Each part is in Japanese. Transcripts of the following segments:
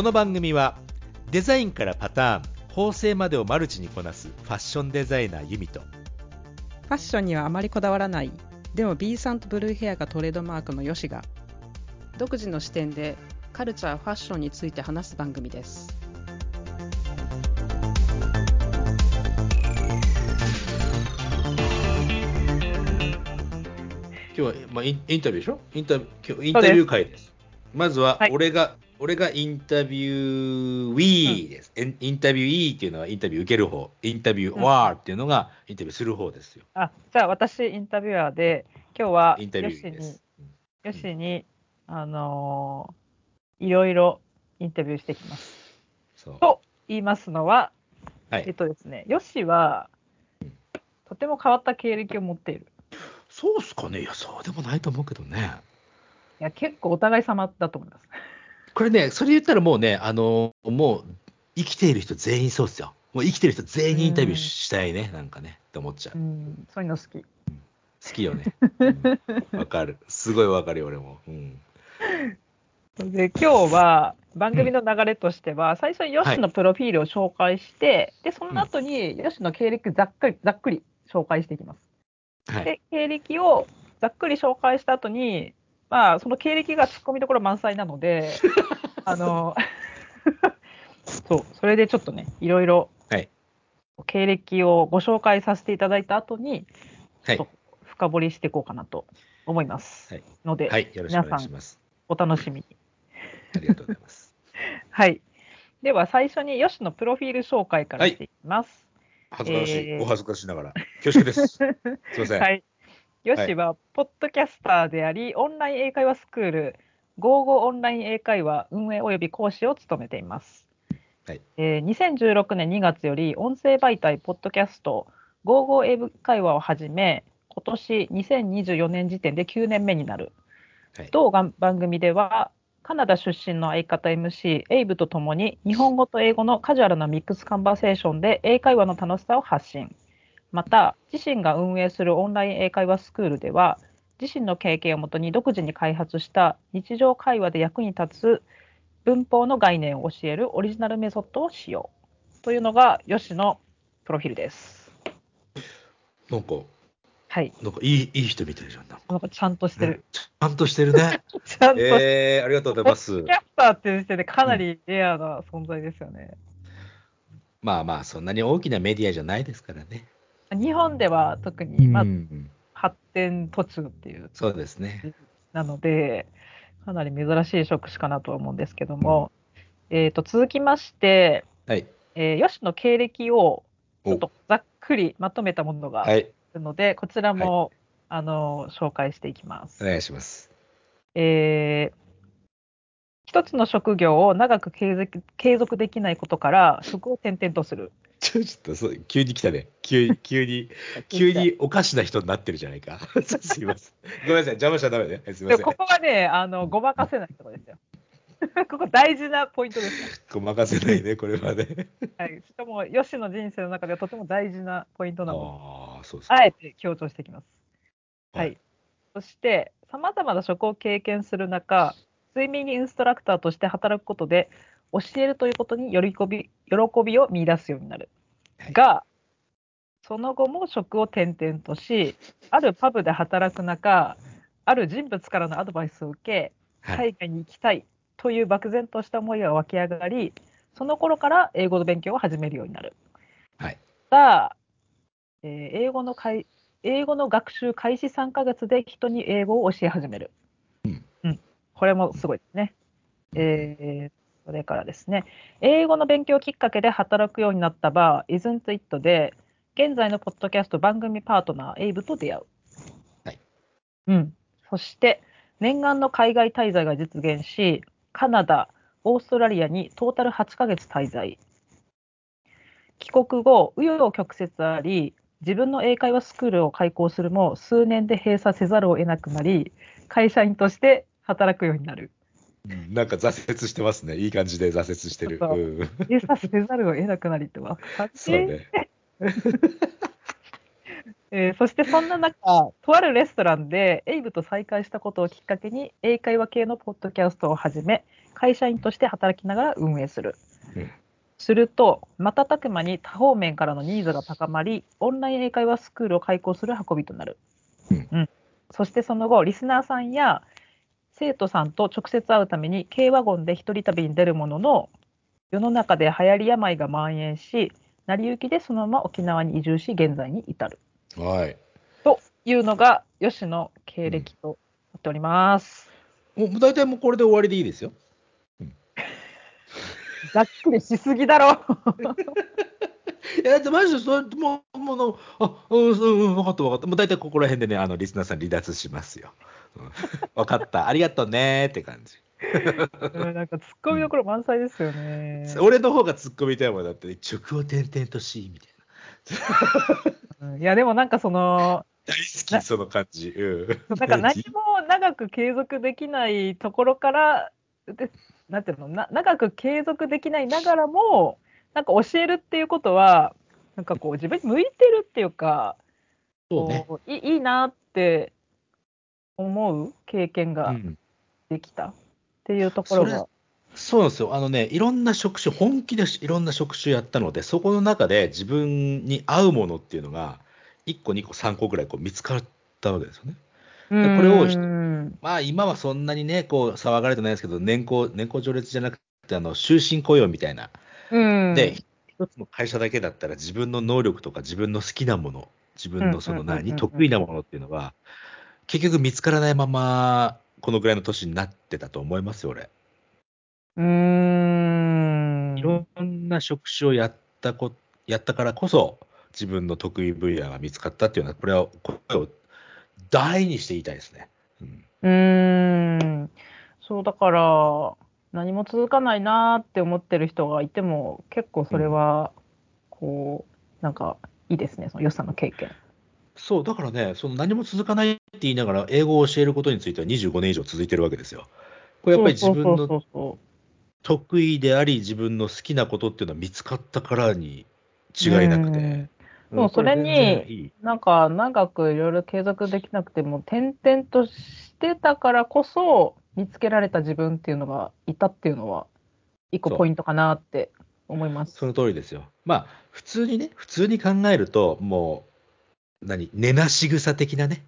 の番組はデザインからパターン、縫製までをマルチにこなすファッションデザイナーユミと、 ファッションにはあまりこだわらない、でも B さんとブルーヘアがトレードマークのヨシが独自の視点でカルチャー、ファッションについて話す番組です。 今日は、インタビューでしょ。今日インタビュー会です。まずは、 はい、 俺がインタビューウィーです、インタビューイーっていうのはインタビュー受ける方、インタビューワーっていうのがインタビューする方ですよ。 じゃあ私インタビュアーで、今日はインタビューです。 よしにいろいろインタビューしてきます。と言いますのは、 はい、 ですね、よしはとても変わった経歴を持っている。 そうっすかね。いや、そうでもないと思うけどね。 いや、結構お互い様だと思います。 これね、それ言ったらもうね、もう生きている人全員そうっすよ。もう生きている人全員にインタビューしたいね、なんかね、って思っちゃう。 そういうの好き。 好きよね。わかる。すごいわかるよ、俺も。 で、今日は番組の流れとしては、最初にヨシのプロフィールを紹介して、で、その後にヨシの経歴ざっくり紹介していきます。で、経歴をざっくり紹介した後に、その経歴が突っ込みどころ満載なので、そう、それでちょっとね、いろいろ経歴をご紹介させていただいた後に、ちょっと深掘りしていこうかなと思います。ので、 よろしくお願いします。 お楽しみに。 ありがとうございます。 はい。では、最初にヨシのプロフィール紹介からしていきます。 恥ずかしい、お恥ずかしながら。恐縮です。すいません。 はい。ヨシは、ポッドキャスターであり、オンライン英会話スクール、55オンライン英会話運営及び講師を務めています。2016年2月より、音声媒体、ポッドキャスト、55英会話をはじめ、今年2024年時点で9年目になる。同番組では、カナダ出身の相方 MC、エイブとともに、日本語と英語のカジュアルなミックスカンバセーションで英会話の楽しさを発信。また、自身が運営するオンライン英会話スクールでは、自身の経験をもとに独自に開発した日常会話で役に立つ文法の概念を教えるオリジナルメソッドを使用というのがヨシのプロフィールです。 なんかいい人みたいじゃん。 なんかちゃんとしてる。 ちゃんとしてるね。 ちゃんとありがとうございます。 ポッドキャスターっていう時点でかなりレアな存在ですよね。 そんなに大きなメディアじゃないですからね。 日本では特に、発展途中っていう。 そうですね。 なので、かなり珍しい職種かなと思うんですけども、続きまして、ヨシの経歴をちょっとざっくりまとめたものがあるので、こちらも、紹介していきます。 お願いします。 一つの職業を長く継続できないことから職を転々とする。 ちょっと急に来たね。急におかしな人になってるじゃないか。すいません。ごめんなさい。邪魔しちゃダメね。すいません。 ここはね、ごまかせないところですよ。ここ大事なポイントです。 ごまかせないね、これはね。 はい。しかも、ヨシの人生の中ではとても大事なポイントなので、 そうですか。 あえて強調していきます。はい。そして、さまざまな職を経験する中、睡眠インストラクターとして働くことで、教えるということに喜びを見出すようになる。が、その後も職を転々とし、あるパブで働く中、ある人物からのアドバイスを受け、海外に行きたいという漠然とした思いが湧き上がり、その頃から英語の勉強を始めるようになる。英語の学習開始3ヶ月で人に英語を教え始める。これもすごいですね。それからですね、英語の勉強きっかけで働くようになったバー、Isn't It で、現在のポッドキャスト番組パートナー、エイブと出会う。そして、念願の海外滞在が実現し、カナダ、オーストラリアにトータル8ヶ月滞在。帰国後、紆余曲折あり、自分の英会話スクールを開講するも、数年で閉鎖せざるを得なくなり、会社員として働くようになる。 なんか挫折してますね。いい感じで挫折してる。 閉鎖せざるを得なくなりってわかる。 そうね。 そしてそんな中、とあるレストランでエイブと再会したことをきっかけに、英会話系のポッドキャストを始め、会社員として働きながら運営する。すると、瞬く間に多方面からのニーズが高まり、オンライン英会話スクールを開講する運びとなる。そしてその後、リスナーさんや生徒さんと直接会うために、軽ワゴンで一人旅に出るものの、世の中で流行り病が蔓延し、成り行きでそのまま沖縄に移住し、現在に至る。 はい。 というのが、吉の経歴となっております。 もう大体もうこれで終わりでいいですよ。 ざっくりしすぎだろ。 いや、だってマジで、分かった分かった。もう大体ここら辺でね、リスナーさん離脱しますよ。分かった、ありがとうねって感じ。 なんかツッコミどころ満載ですよね。 俺の方が突っ込みたいもんだって、直を点々とし、みたいな。 いや、でもなんかその、 大好き、その感じ。 なんか何も長く継続できないところから、なんていうの、長く継続できないながらも、なんか教えるっていうことは、なんかこう自分に向いてるっていうか、 そうね。 いいなって思う経験ができたっていうところが。 そうなんですよ。いろんな職種、本気でいろんな職種やったので、そこの中で自分に合うものっていうのが、1個、2個、3個ぐらいこう見つかったわけですよね。で、これを、まあ今はそんなにね、こう騒がれてないですけど、年功序列じゃなくて、終身雇用みたいな。で、一つの会社だけだったら自分の能力とか自分の好きなもの、自分の得意なものっていうのが、結局見つからないまま、このぐらいの年になってたと思いますよ、俺。いろんな職種をやったからこそ、自分の得意分野が見つかったっていうのは、これを大にして言いたいですね。 そうだから、何も続かないなって思ってる人がいても、結構それは、こう、なんかいいですね、その良さの経験。 そう、だからね、その何も続かないって言いながら、英語を教えることについては25年以上続いてるわけですよ。これやっぱり自分の得意であり、自分の好きなことっていうのは見つかったからに違いなくて。 でもそれに、なんか長くいろいろ継続できなくても、転々としてたからこそ、見つけられた自分っていうのがいたっていうのは、一個ポイントかなって思います。 その通りですよ。まあ、普通に考えると、もう、根なし草的なね。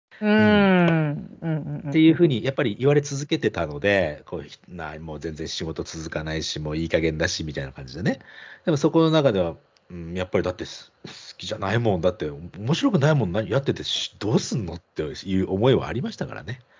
っていうふうに、やっぱり言われ続けてたので、もう全然仕事続かないし、もういい加減だし、みたいな感じでね。でもそこの中では、やっぱりだって好きじゃないもん、だって面白くないもんやっててどうすんのっていう思いはありましたからね。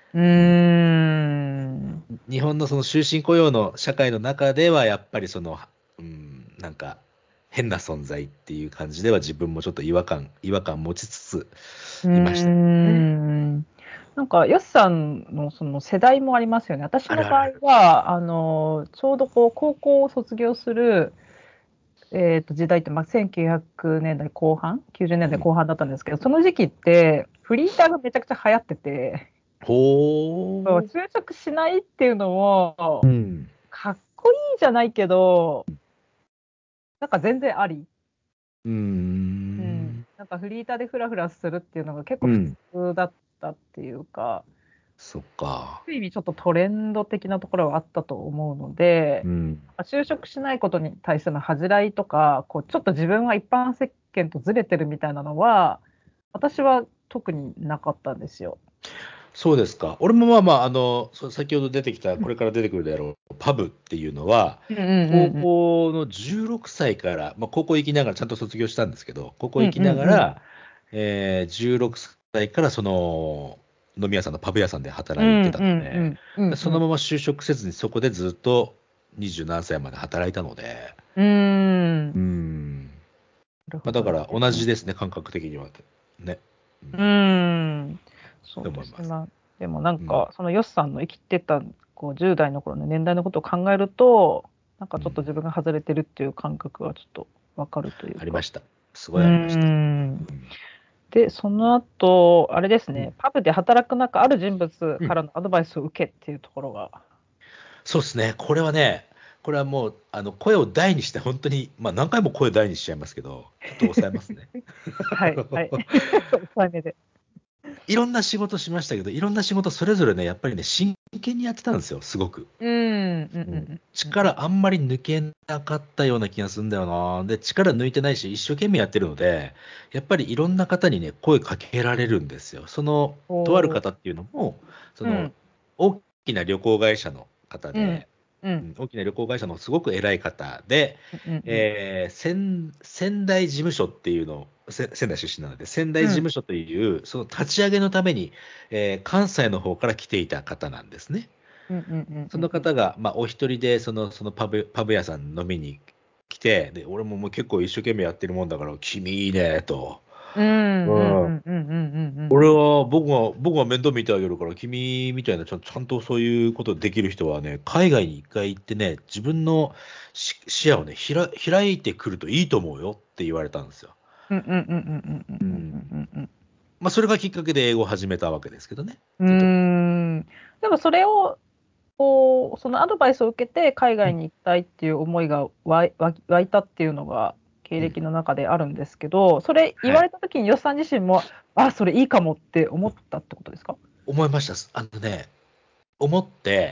日本のその終身雇用の社会の中では、やっぱりなんか変な存在っていう感じでは自分もちょっと違和感持ちつついましたね。 なんか、ヨスさんのその世代もありますよね。私の場合は、ちょうどこう高校を卒業する、時代って、1900年代後半、90年代後半だったんですけど、その時期って、フリーターがめちゃくちゃ流行ってて、就職しないっていうのも、かっこいいじゃないけど、なんか全然あり。なんかフリーターでフラフラするっていうのが結構普通だったっていうか、 そっか。 ある意味ちょっとトレンド的なところはあったと思うので、就職しないことに対しての恥じらいとか、こうちょっと自分は一般世間とずれてるみたいなのは、私は特になかったんですよ。 そうですか。俺も先ほど出てきた、これから出てくるであろう、パブっていうのは、高校の16歳から、高校行きながらちゃんと卒業したんですけど、高校行きながら、16歳からその飲み屋さんのパブ屋さんで働いてたので、そのまま就職せずにそこでずっと20何歳まで働いたので、だから同じですね、感覚的には。ね。 そうですね。でもなんか、そのヨスさんの生きてたこう10代の頃の年代のことを考えると、なんかちょっと自分が外れてるっていう感覚がちょっとわかるというか。 ありました。すごいありました。 で、その後、あれですね、パブで働く中、ある人物からのアドバイスを受けっていうところが。 そうですね。これはね、 これはもう声を大にして、本当に、何回も声を大にしちゃいますけど、ちょっと抑えますね。 はい、はい。抑えめで。 いろんな仕事しましたけど、いろんな仕事それぞれね、やっぱりね、真剣にやってたんですよ、すごく。力あんまり抜けなかったような気がするんだよな。で、力抜いてないし、一生懸命やってるので、やっぱりいろんな方にね、声かけられるんですよ。とある方っていうのも、大きな旅行会社の方で、大きな旅行会社のすごく偉い方で、仙台事務所っていうのを、仙台出身なので、仙台事務所という、その立ち上げのために、関西の方から来ていた方なんですね。その方が、お一人でそのパブ屋さん飲みに来て、で俺ももう結構一生懸命やってるもんだから、君いいねと。僕が面倒見てあげるから、君みたいなちゃんとそういうことできる人はね、海外に一回行ってね、自分の視野をね、開いてくるといいと思うよって言われたんですよ。それがきっかけで英語を始めたわけですけどね。 でもそれをそのアドバイスを受けて海外に行きたいっていう思いが湧いたっていうのが経歴の中であるんですけど、それ言われた時にヨシさん自身も、それいいかもって思ったってことですか？ 思いました。思って、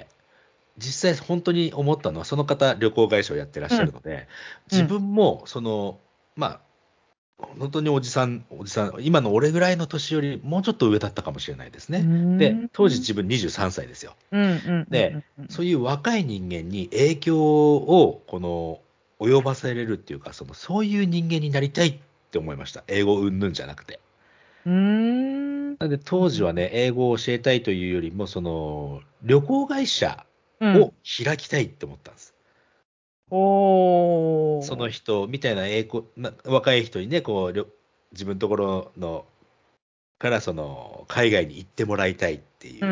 実際本当に思ったのは、その方旅行会社をやってらっしゃるので、自分も本当におじさん、今の俺ぐらいの年よりもうちょっと上だったかもしれないですね。で、当時自分23歳ですよ。で、そういう若い人間に影響を及ばせれるっていうか、そういう人間になりたいって思いました。英語云々じゃなくて。なので当時はね、英語を教えたいというよりも、旅行会社を開きたいって思ったんです。その人みたいな若い人にね、自分のところのから海外に行ってもらいたいっていう、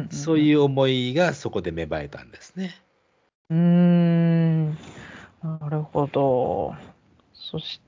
そういう思いがそこで芽生えたんですね。 なるほど。そして、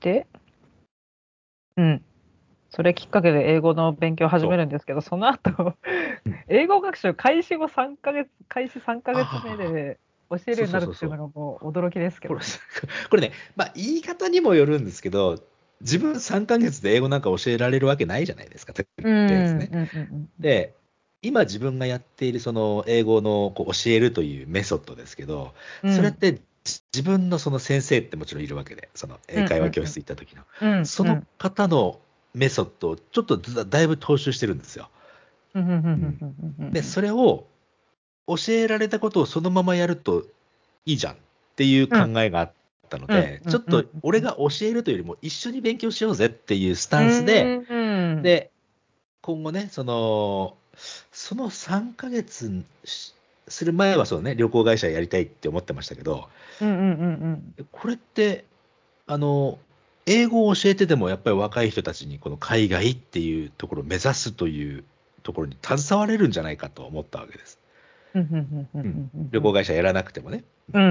それきっかけで英語の勉強を始めるんですけど、その後、英語学習開始3ヶ月目で教えるようになるっていうのがもう驚きですけど。 これね、言い方にもよるんですけど、自分3ヶ月で英語なんか教えられるわけないじゃないですか、とりあえずね。で、今自分がやっている英語の教えるというメソッドですけど、それって自分の先生ってもちろんいるわけで、英会話教室行った時の、その方のメソッドをちょっとだいぶ踏襲してるんですよ。で、それを教えられたことをそのままやるといいじゃんっていう考えがあったので、ちょっと俺が教えるというよりも一緒に勉強しようぜっていうスタンスで、で、今後ね、その3ヶ月する前は旅行会社やりたいって思ってましたけど、これって、英語を教えてでもやっぱり若い人たちにこの海外っていうところを目指すというところに携われるんじゃないかと思ったわけです。旅行会社やらなくてもね。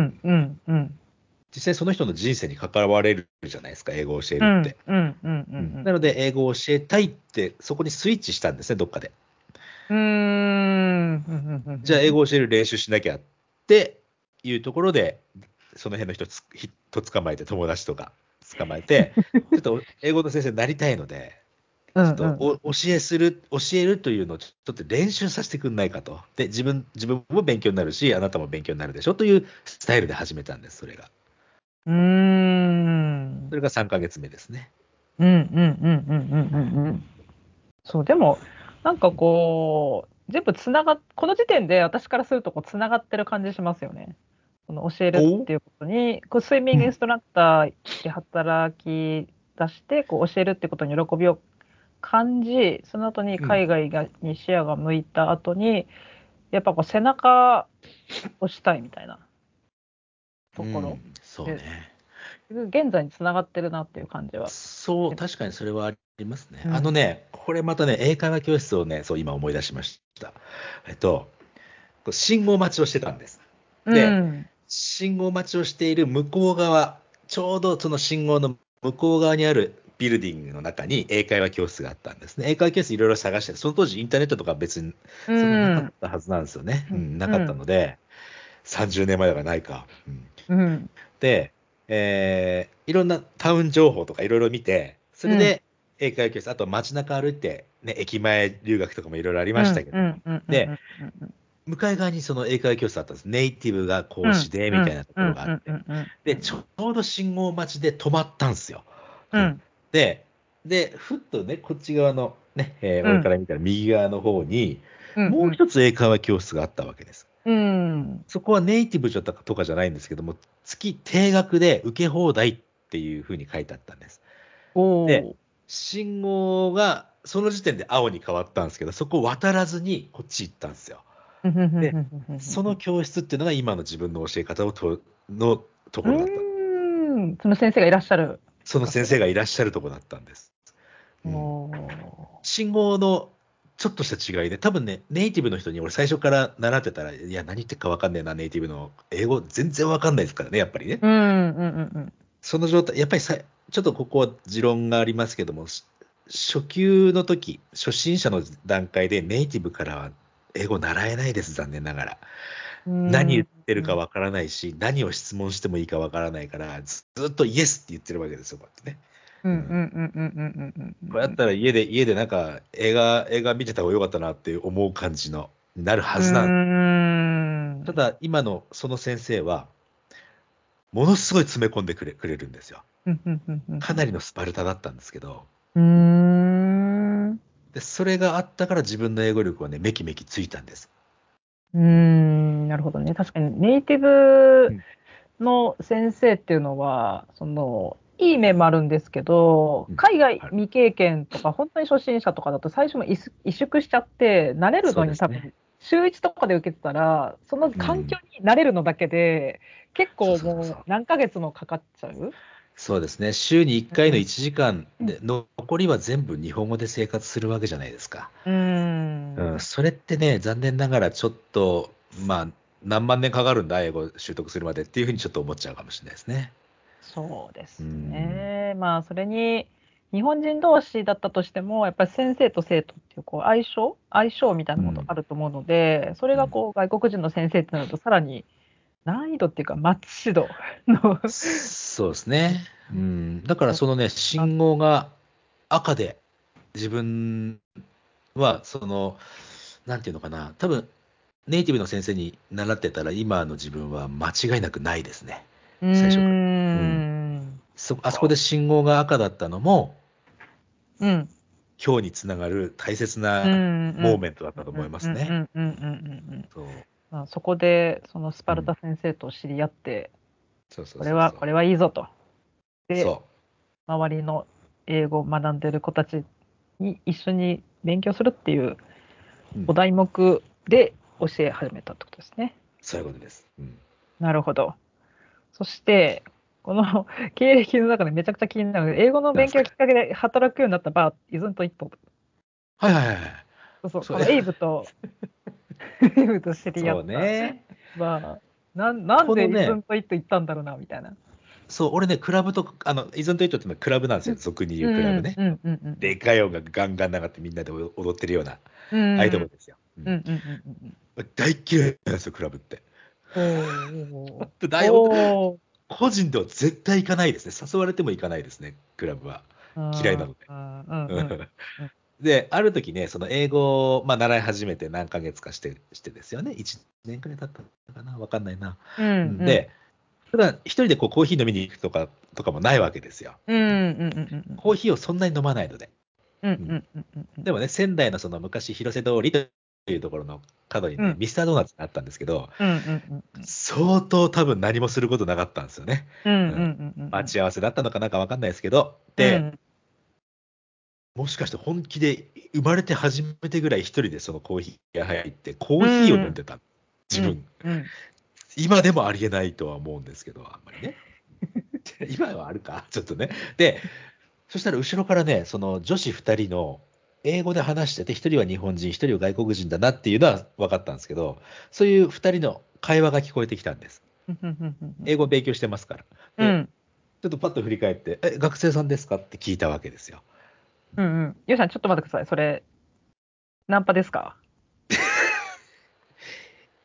実際その人の人生に関われるじゃないですか、英語を教えるって。なので、英語を教えたいって、そこにスイッチしたんですね、どっかで。じゃあ、英語を教える練習しなきゃっていうところで、その辺の人捕まえて、友達とか捕まえて、ちょっと英語の先生になりたいので、ちょっと教えるというのをちょっと練習させてくんないかと。で、自分も勉強になるし、あなたも勉強になるでしょというスタイルで始めたんです、それが。それが3ヶ月目ですね。 そう、でも、なんか全部この時点で私からするとつながってる感じしますよね。教えるっていうことに、スイミングインストラクターで働き出して、教えるってことに喜びを感じ、その後に海外に視野が向いた後に、やっぱ背中をしたいみたいなところ。 そうね。 現在につながってるなっていう感じは。 そう、確かにそれはありますね。これまたね、英会話教室をね、今思い出しました。信号待ちをしてたんです。で、信号待ちをしている向こう側、ちょうどその信号の向こう側にあるビルディングの中に英会話教室があったんですね。英会話教室いろいろ探して、その当時インターネットとか別にそんななかったはずなんですよね。なかったので、 30年前だからないか。 うん。 で、いろんなタウン情報とかいろいろ見て、それで英会話教室、あと街中歩いて、ね、駅前留学とかもいろいろありましたけど、で、向かい側にその英会話教室あったんです。ネイティブが講師で、みたいなところがあって。で、ちょうど信号待ちで止まったんですよ。で、ふっとね、こっち側のね、俺から見たら右側の方に、もう一つ英会話教室があったわけです。そこはネイティブとかじゃないんですけども、月定額で受け放題っていうふうに書いてあったんです。で、信号がその時点で青に変わったんですけど、そこを渡らずにこっち行ったんですよ。で、その教室っていうのが今の自分の教え方のところだった。 その先生がいらっしゃる。 その先生がいらっしゃるところだったんです。信号のちょっとした違いで、多分ね、ネイティブの人に俺最初から習ってたら、いや、何言ってるか分かんねえな、ネイティブの英語全然分かんないですからね、やっぱりね。その状態、やっぱりちょっとここは持論がありますけども、初級の時、初心者の段階でネイティブからは英語習えないです、残念ながら。何言ってるか分からないし、何を質問してもいいか分からないから、ずっとイエスって言ってるわけですよ、こうやってね。これやったら家でなんか映画見てた方がよかったなって思う感じのなるはずなんです。ただ今のその先生はものすごい詰め込んでくれるんですよ。かなりのスパルタだったんですけど、でそれがあったから自分の英語力はねめきめきついたんです。 なるほどね。確かにネイティブの先生っていうのは、いい面もあるんですけど、海外未経験とか、本当に初心者とかだと、最初も萎縮しちゃって、慣れるのに多分、週1とかで受けてたら、その環境に慣れるのだけで、結構もう何ヶ月もかかっちゃう。 そうですね。週に1回の1時間で、残りは全部日本語で生活するわけじゃないですか。それってね、残念ながらちょっと、まあ、何万年かかるんだ、英語習得するまでっていうふうにちょっと思っちゃうかもしれないですね。 そうですね。まあ、それに、日本人同士だったとしても、やっぱり先生と生徒っていう相性みたいなものあると思うので、それが外国人の先生ってなると、さらに難易度っていうか、マッチ度のそうですね。だからそのね、信号が赤で、自分は、なんていうのかな、多分、ネイティブの先生に習ってたら、今の自分は間違いなくないですね。最初から。あそこで信号が赤だったのも、今日につながる大切なモーメントだったと思いますね。 そこで、そのスパルタ先生と知り合って、これはいいぞと。で、周りの英語を学んでる子たちに一緒に勉強するっていうお題目で教え始めたってことですね。 そういうことです。 なるほど。そして、この経歴の中でめちゃくちゃ気になる、英語の勉強きっかけで働くようになったバー、イズントイット。 はいはいはい。 このエイブと知り合ったバー。なんでイズントイット行ったんだろうな、みたいな。 そう、俺ね、クラブと、イズントイットっていうのはクラブなんですよ、俗に言うクラブね。でかい音楽ガンガン流ってみんなで踊ってるような、ああいうとこですよ。大嫌いなんですよ、クラブって。個人では絶対行かないですね。誘われても行かないですね、クラブは。嫌いなので。で、ある時ね、その英語を、習い始めて何ヶ月かしてですよね。1年くらい経ったのかなわかんないな。で、普段一人でコーヒー飲みに行くとかもないわけですよ。コーヒーをそんなに飲まないので。でもね、仙台のその昔、広瀬通りというところの角にね、ミスタードーナツがあったんですけど、相当多分何もすることなかったんですよね。待ち合わせだったのかなんかわかんないですけど、で、もしかして本気で生まれて初めてぐらい一人でそのコーヒーが入って、コーヒーを飲んでた。自分。今でもありえないとは思うんですけど、あんまりね。今はあるかちょっとね。で、そしたら後ろからね、その女子2人の英語で話してて、1人は日本人、1人は外国人だなっていうのは分かったんですけど、そういう2人の会話が聞こえてきたんです。英語を勉強してますから。で、ちょっとパッと振り返って、学生さんですかって聞いたわけですよ。 ゆうさん、ちょっと待ってください。それ、ナンパですか？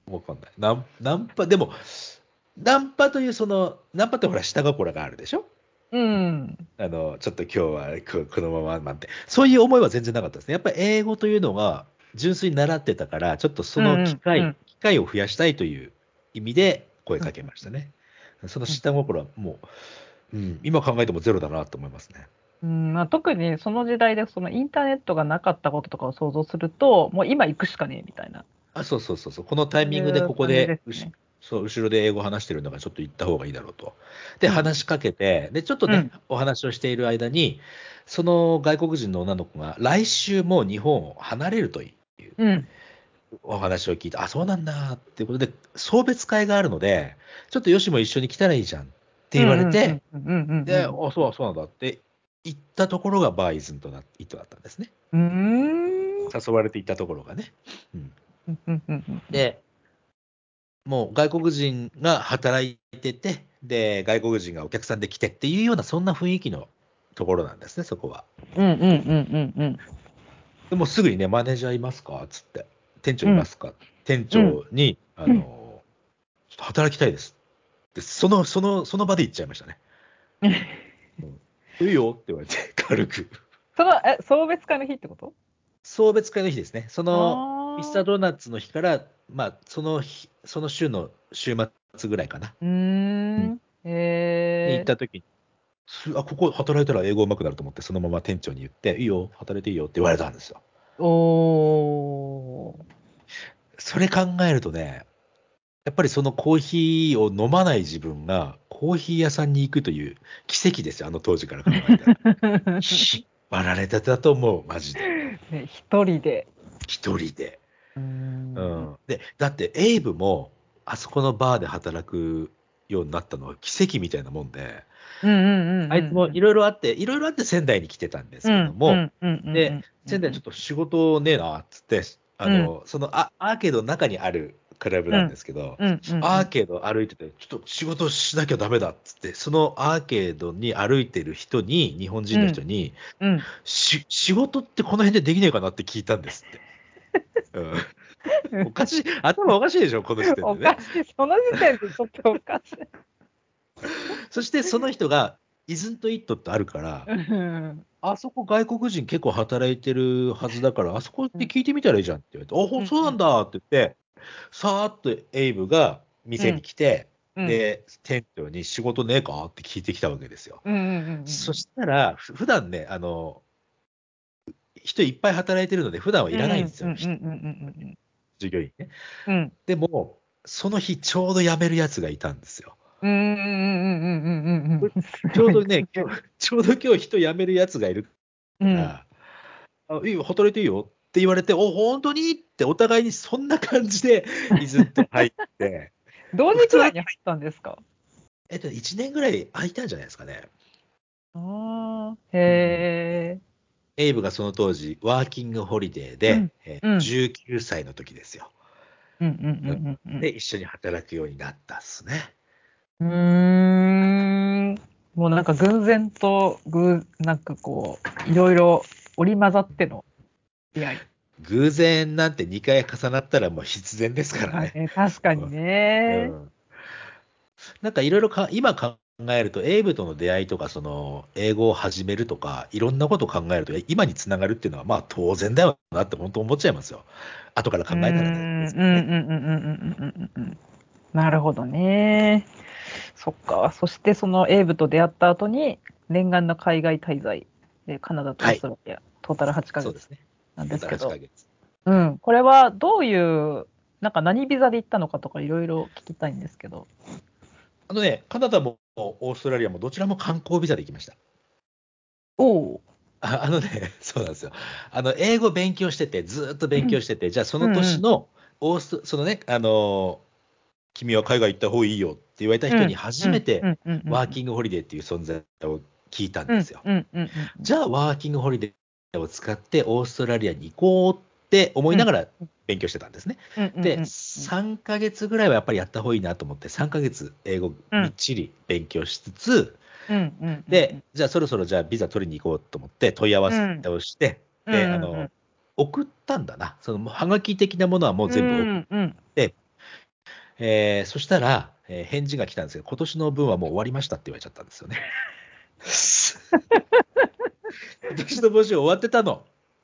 わかんない。ナンパ、でも、ナンパというナンパってほら下心があるでしょ。 うん。 ちょっと今日はこのままなんて、そういう思いは全然なかったですね。やっぱり英語というのが純粋に習ってたから、ちょっとその機会を増やしたいという意味で声かけましたね。その下心はもう、今考えてもゼロだなと思いますね。 まあ、特にその時代でそのインターネットがなかったこととかを想像すると、もう今行くしかねえみたいな。 そうそうそうそう。このタイミングでここで、後ろで英語を話してるのがちょっと行った方がいいだろうと。で、話しかけて、で、ちょっとね、お話をしている間に、その外国人の女の子が来週もう日本を離れるというお話を聞いて、そうなんだっていうことで、送別会があるので、ちょっとよしも一緒に来たらいいじゃんって言われて、で、そうなんだって言ったところがバーイズンとイットだったんですね。誘われていったところがね。で、もう外国人が働いてて、で、外国人がお客さんで来てっていうような、そんな雰囲気のところなんですね、そこは。でもすぐにね、マネージャーいますかつって、店長いますか、店長に、ちょっと働きたいですって、その場で言っちゃいましたね。いいよって言われて、軽く。 送別会の日ってこと？ 送別会の日ですね。ミスタードーナツの日から、まあ、その週の週末ぐらいかな。に行った時に、ここ働いたら英語上手くなると思って、そのまま店長に言って、いいよ、働いていいよって言われたんですよ。それ考えるとね、やっぱりそのコーヒーを飲まない自分が、コーヒー屋さんに行くという奇跡ですよ、あの当時から考えたら。引っ張られてたと思う、マジで。 一人で。 で、だってエイブも、あそこのバーで働くようになったのは奇跡みたいなもんで、あいつもいろいろあって仙台に来てたんですけども、で、仙台ちょっと仕事ねえな、っつって、そのアーケードの中にあるクラブなんですけど、アーケード歩いてて、ちょっと仕事しなきゃダメだっつって、そのアーケードに歩いてる人に、日本人の人に、仕事ってこの辺でできねえかなって聞いたんですって。おかしい、頭おかしいでしょ、この時点でね。 おかしい、その時点でちょっとおかしい。 そしてその人が、isn't it ってあるから、あそこ外国人結構働いてるはずだから、あそこって聞いてみたらいいじゃんって言われて、そうなんだって言って、さーっとエイブが店に来て、で、店長に仕事ねえかって聞いてきたわけですよ。そしたら、普段ね、人いっぱい働いてるので、普段はいらないんですよ、従業員ね。でも、その日ちょうど辞めるやつがいたんですよ。ちょうど今日人辞めるやつがいるから、いいよ、働いていいよって言われて、本当にってお互いにそんな感じで、ずっと入って。 同時くらいに入ったんですか ？1年ぐらい空いたんじゃないですかね。 へエイブがその当時、ワーキングホリデーで、19歳の時ですよ。で、一緒に働くようになったっすね。 もうなんか偶然となんかこう、いろいろ織り交ざっての出会い。 偶然なんて2回重なったらもう必然ですからね。 確かにね。 なんかいろいろ今考えると、エイブとの出会いとか、英語を始めるとか、いろんなことを考えると、今につながるっていうのは、まあ当然だよなって本当思っちゃいますよ。後から考えたらね。 なるほどね。そっか。そしてそのエイブと出会った後に、念願の海外滞在、カナダとオーストラリア、トータル8ヶ月なんですけど、これはどういう、なんか何ビザで行ったのかとかいろいろ聞きたいんですけど。 カナダもオーストラリアもどちらも観光ビザで行きました。そうなんですよ。英語勉強してて、ずっと勉強してて、じゃあその年の君は海外行った方がいいよって言われた人に初めてワーキングホリデーっていう存在を聞いたんですよ。じゃあワーキングホリデーを使ってオーストラリアに行こうって思いながら勉強してたんですね。で、3ヶ月ぐらいはやっぱりやった方がいいなと思って、3ヶ月英語みっちり勉強しつつ、で、じゃあそろそろじゃあビザ取りに行こうと思って問い合わせをして、で、送ったんだな。そのハガキ的なものはもう全部送って、 そしたら、返事が来たんですけど、今年の分はもう終わりましたって言われちゃったんですよね。今年の募集終わってたの。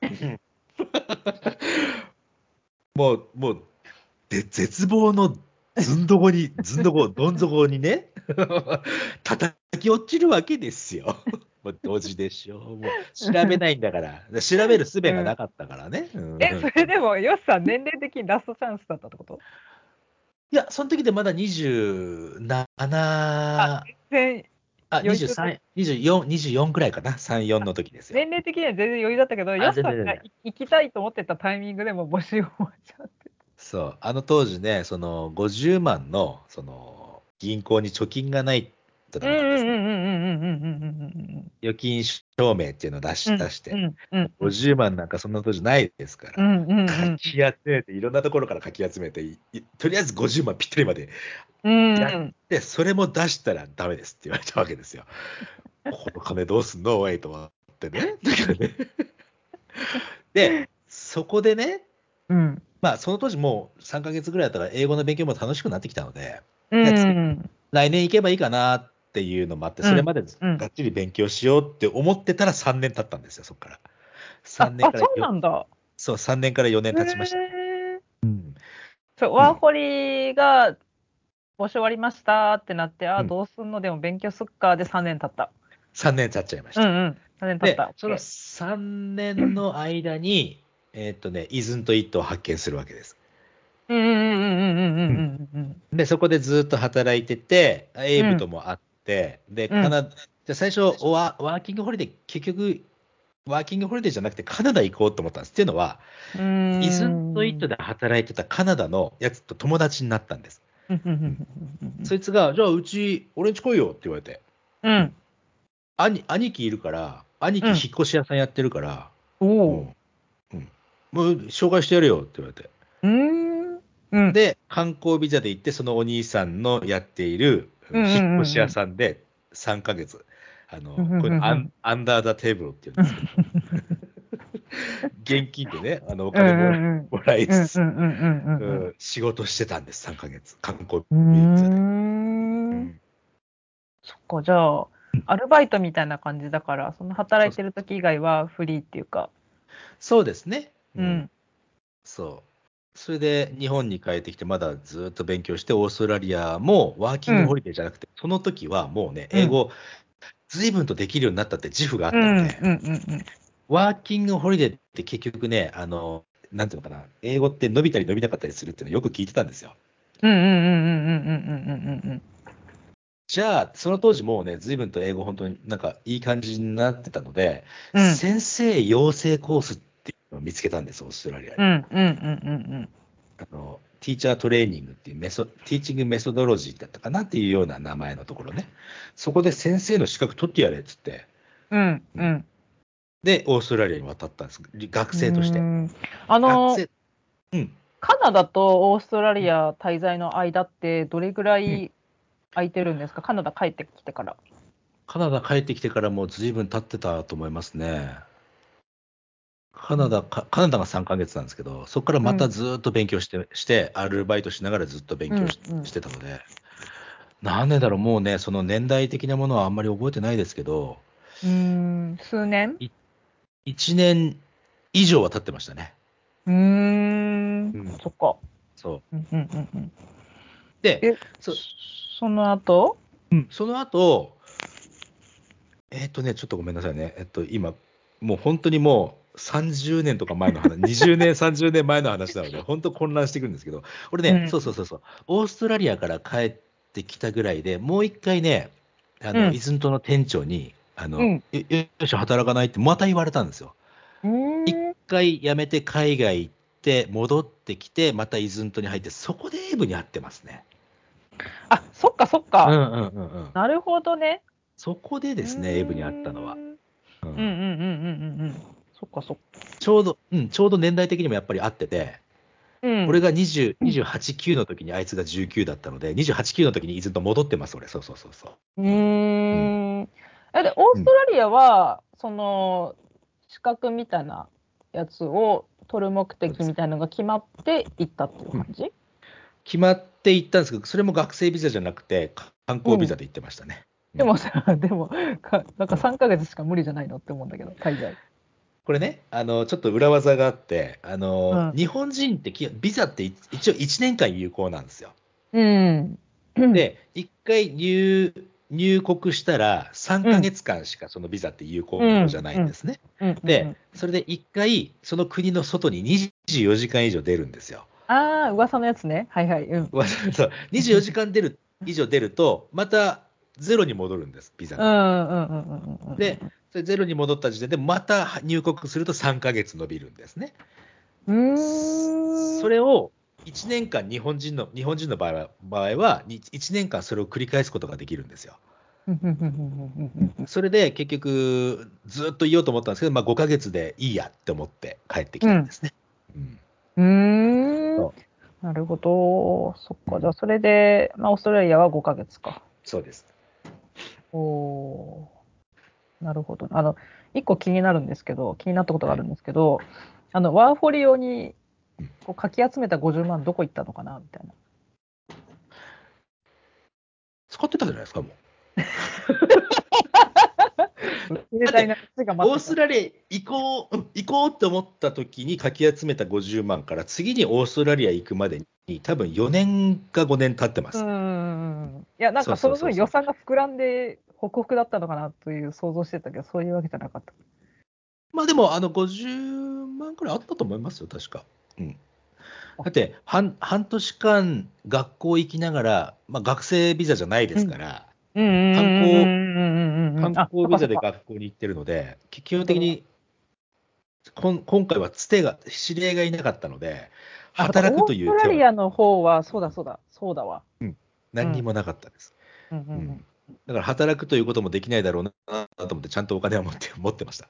もう、絶望のずんどこ、どん底にね、叩き落ちるわけですよ。もうドジでしょ。もう調べないんだから。調べる術がなかったからね。 それでも、ヨシさん、年齢的にラストチャンスだったってこと？ いや、その時でまだ27、 全然余裕だ。 23、24くらいかな。3、4の時ですよ。 年齢的には全然余裕だったけど、ヨシさんが全然。 行きたいと思ってたタイミングでも募集終わっちゃって。 そう、あの当時ね、その50万の、銀行に貯金がないとダメだったんですね。預金証明っていうのを出して、50万なんかそんな当時ないですから、かき集めて、いろんなところからかき集めて、とりあえず50万ぴったりまでやって、それも出したらダメですって言われたわけですよ。この金どうすんのおいと思ってね。だからね。で、そこでね、まあその当時もう3ヶ月ぐらいだったから英語の勉強も楽しくなってきたので、来年行けばいいかなっていうのもあって、それまでがっちり勉強しようって思ってたら3年経ったんですよ、そこから。3年からそうなんだ。 そう、3年から4年経ちました。 ワーホリが募集終わりましたってなって、どうすんのでも勉強すっかで3年経った。 3年経っちゃいました。 3年経った。 で、その3年の間に、イズントイットを発見するわけです。で、そこでずっと働いてて、エイブとも会って、で、じゃあ最初ワーキングホリデー、結局、ワーキングホリデーじゃなくてカナダ行こうと思ったんです。っていうのは、イズントイットで働いてたカナダのやつと友達になったんです。そいつが、じゃあ俺んち来いよって言われて。兄貴いるから、兄貴引っ越し屋さんやってるから、もう紹介してやるよって言われて。で、観光ビザで行って、そのお兄さんのやっている引っ越し屋さんで3ヶ月、こういうのアンダーザテーブルって言うんですけど、現金でね、お金もらいつつ、仕事してたんです、3ヶ月、観光ビザで。 そっか、じゃあ、アルバイトみたいな感じだから、その働いてる時以外はフリーっていうか。 そうですね。そう。それで日本に帰ってきて、まだずっと勉強して、オーストラリアもワーキングホリデーじゃなくて、その時はもうね、英語、随分とできるようになったって自負があったので、ワーキングホリデーって結局ね、なんていうのかな、英語って伸びたり伸びなかったりするっていうのをよく聞いてたんですよ。じゃあ、その当時もうね、随分と英語本当になんかいい感じになってたので、先生養成コースっていうのを見つけたんです、オーストラリアに。ティーチャートレーニングっていうティーチングメソドロジーだったかなっていうような名前のところね。そこで先生の資格取ってやれっつって。で、オーストラリアに渡ったんです。学生として。 カナダとオーストラリア滞在の間ってどれぐらい空いてるんですか？カナダ帰ってきてから。 カナダ帰ってきてからもう随分経ってたと思いますね。カナダが3ヶ月なんですけど、そこからまたずっと勉強して、アルバイトしながらずっと勉強してたので、何年だろう、もうね、その年代的なものはあんまり覚えてないですけど、 数年 1年以上は経ってましたね。 そっか。 そう。で、 その後、 ちょっとごめんなさいね。今、もう本当にもう30年とか前の話、20年、30年前の話なので、本当混乱してくるんですけど、俺ね、そう、オーストラリアから帰ってきたぐらいで、もう一回ね、イズントの店長に、よし、働かないってまた言われたんですよ。一回辞めて海外行って、戻ってきて、またイズントに入って、そこでエイブに会ってますね。 そっか。なるほどね。 そこでですね、エイブに会ったのは。 そっか。 ちょうど年代的にもやっぱり合ってて、俺が28、9の時にあいつが19だったので、28、9の時にイズント戻ってます、俺。そう。 で、オーストラリアは、その、資格みたいなやつを取る目的みたいなのが決まっていったっていう感じ？ 決まっって行ったんですけど、それも学生ビザじゃなくて、観光ビザで行ってましたね。 でもさ、なんか3ヶ月しか無理じゃないのって思うんだけど、海外。 これね、ちょっと裏技があって、日本人ってビザって一応1年間有効なんですよ。 うん。 で、1回入国したら3ヶ月間しかそのビザって有効じゃないんですね。で、それで1回その国の外に24時間以上出るんですよ。 ああ、噂のやつね。はいはい。 そう24時間以上出ると、またゼロに戻るんです、ビザが。で、それゼロに戻った時点で、また入国すると3ヶ月伸びるんですね。それを1年間日本人の場合は、1年間それを繰り返すことができるんですよ。それで結局、ずっといようと思ったんですけど、まあ、5ヶ月でいいやって思って帰ってきたんですね。 なるほど。そっか。じゃあ、それで、まあ、オーストラリアは5ヶ月か。 そうです。 おー、なるほど。1個気になったことがあるんですけど、ワーホリ用にこうかき集めた50万どこ行ったのかなみたいな。 使ってたじゃないですか、もう。 携帯の話が待ってた。 オーストラリア行こうって思った時にかき集めた50万から、次にオーストラリア行くまでに多分4年か5年経ってます。 いや、なんかその分予算が膨らんで、ホクホクだったのかなという想像してたけど、そういうわけじゃなかった。 まあでも、50万くらいあったと思いますよ、確か。だって、半年間学校行きながら、まあ学生ビザじゃないですから、観光ビザで学校に行ってるので、基本的に今回は知り合いがいなかったので、働くという手は、 オーストラリアの方は、そうだわ。 何にもなかったです。だから働くということもできないだろうなと思って、ちゃんとお金は持ってました。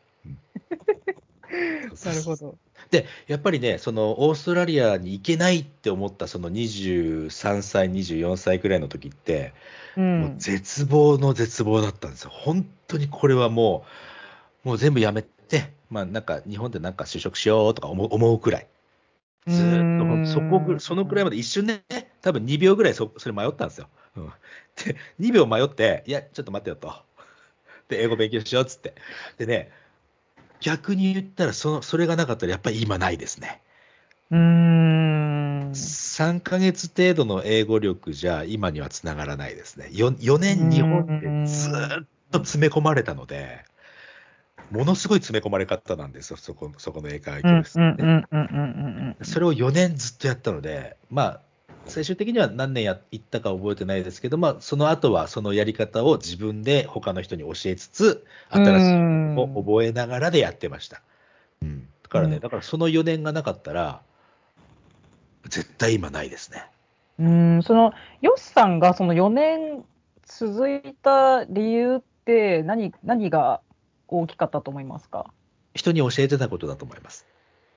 なるほど。 で、やっぱりね、そのオーストラリアに行けないって思ったその23歳、24歳くらいの時って、もう絶望の絶望だったんですよ。本当にこれはもう全部やめて、まあなんか日本でなんか就職しようとか思うくらい。ずっとそのくらいまで一瞬ね、多分2秒ぐらいそれ迷ったんですよ。で、2秒迷って、いや、ちょっと待ってよと。で、英語勉強しようっつって。でね、逆に言ったらそれがなかったらやっぱり今ないですね。3ヶ月程度の英語力じゃ今にはつながらないですね。4年日本でずっと詰め込まれたので、ものすごい詰め込まれ方なんですよ、そこの英会話教室ってね。それを4年ずっとやったので、まあ、最終的には何年行ったか覚えてないですけど、まあ、その後はそのやり方を自分で他の人に教えつつ、新しいことを覚えながらでやってました。だからその4年がなかったら、絶対今ないですね。 ヨシさんがその4年続いた理由って何が大きかったと思いますか？ 人に教えてたことだと思います。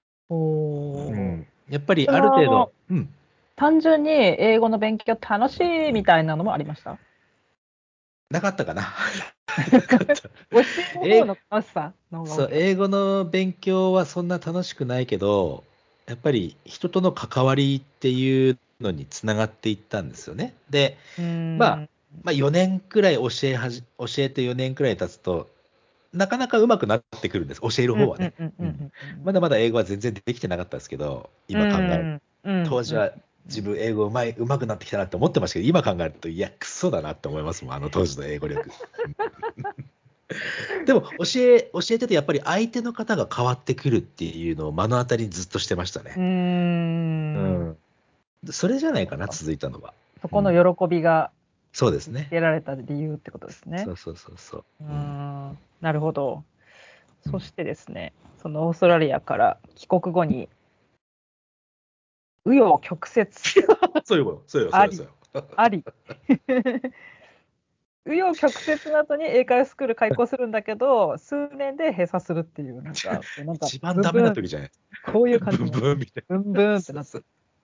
やっぱりある程度、 単純に英語の勉強楽しいみたいなのもありました？ なかったかな。 教える方の楽しさの方が大きかった。 英語の勉強はそんな楽しくないけど、やっぱり人との関わりっていうのにつながっていったんですよね。で、まあ4年くらい教えて4年くらい経つと、なかなか上手くなってくるんです。教える方はね。まだまだ英語は全然できてなかったですけど、今考える。当時は自分英語上手くなってきたなって思ってましたけど、今考えると、いや、クソだなって思いますもん、あの当時の英語力。でも教えててやっぱり相手の方が変わってくるっていうのを目の当たりにずっとしてましたね。それじゃないかな、続いたのは。 そこの喜びがそうですね。 得られた理由ってことですね。 そう。 なるほど。そしてですね、そのオーストラリアから帰国後に紆余曲折そうよ。 あり紆余曲折の後に英会話スクール開校するんだけど、数年で閉鎖するっていう、なんか一番ダメな時じゃない。 こういう感じ。 ブンブンみたいな。 ブンブンってなって。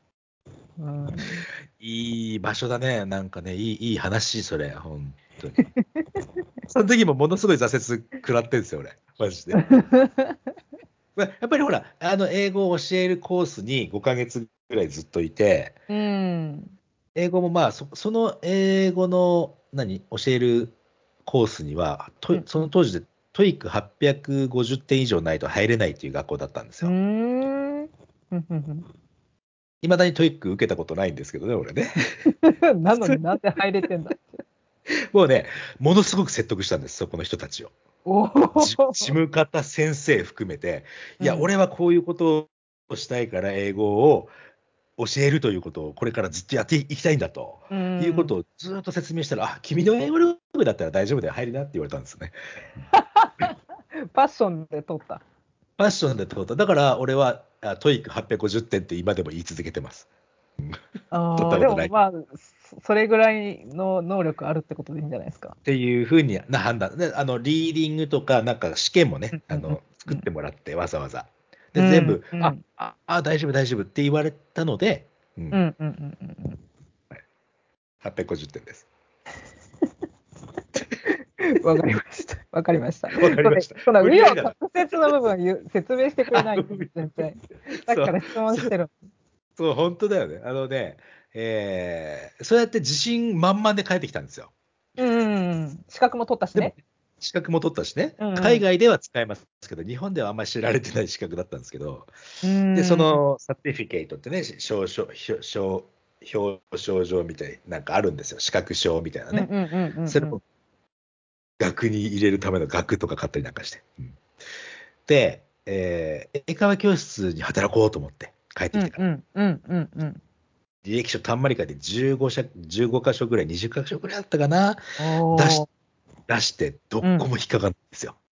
いい場所だね。なんかね、いい話、それ、本当に。その時もものすごい挫折食らってるんですよ、俺。マジで。やっぱりほら、英語を教えるコースに5ヶ月ぐらいずっといて、 英語もまあ、その英語の、教えるコースには、その当時でトイック850点以上ないと入れないっていう学校だったんですよ。いまだにトイック受けたことないんですけどね、俺ね。 なのになんで入れてんだって。 もうね、ものすごく説得したんです、そこの人たちを。事務方先生含めて、いや、俺はこういうことをしたいから英語を教えるということをこれからずっとやっていきたいんだということをずっと説明したら、君の英語力だったら大丈夫だよ、入りなって言われたんですよね。 パッションで取った。 ファッションで通った。だから俺はトイック850点って今でも言い続けてます。取ったことない。 でもまあ、それぐらいの能力あるってことでいいんじゃないですか。 っていうふうにな判断で、リーディングとか、なんか試験もね、作ってもらって、わざわざ。で、全部、大丈夫、大丈夫って言われたので、850点です。 わかりました。わかりました。 わかりました。 この紆余曲折の部分説明してくれないんです全然。さっきから質問してる。 そう、本当だよね。そうやって自信満々で帰ってきたんですよ。 資格も取ったしね。 資格も取ったしね、海外では使えますけど、日本ではあんまり知られてない資格だったんですけど、で、そのサティフィケートってね、表彰状みたいなんかあるんですよ。資格証みたいなね。それを額に入れるための額とか買ったりなんかして。で、英会話教室に働こうと思って帰ってきてから。履歴書たんまり書いて15箇所ぐらい、20箇所ぐらいあったかな。出して、どこも引っかかんないんですよ。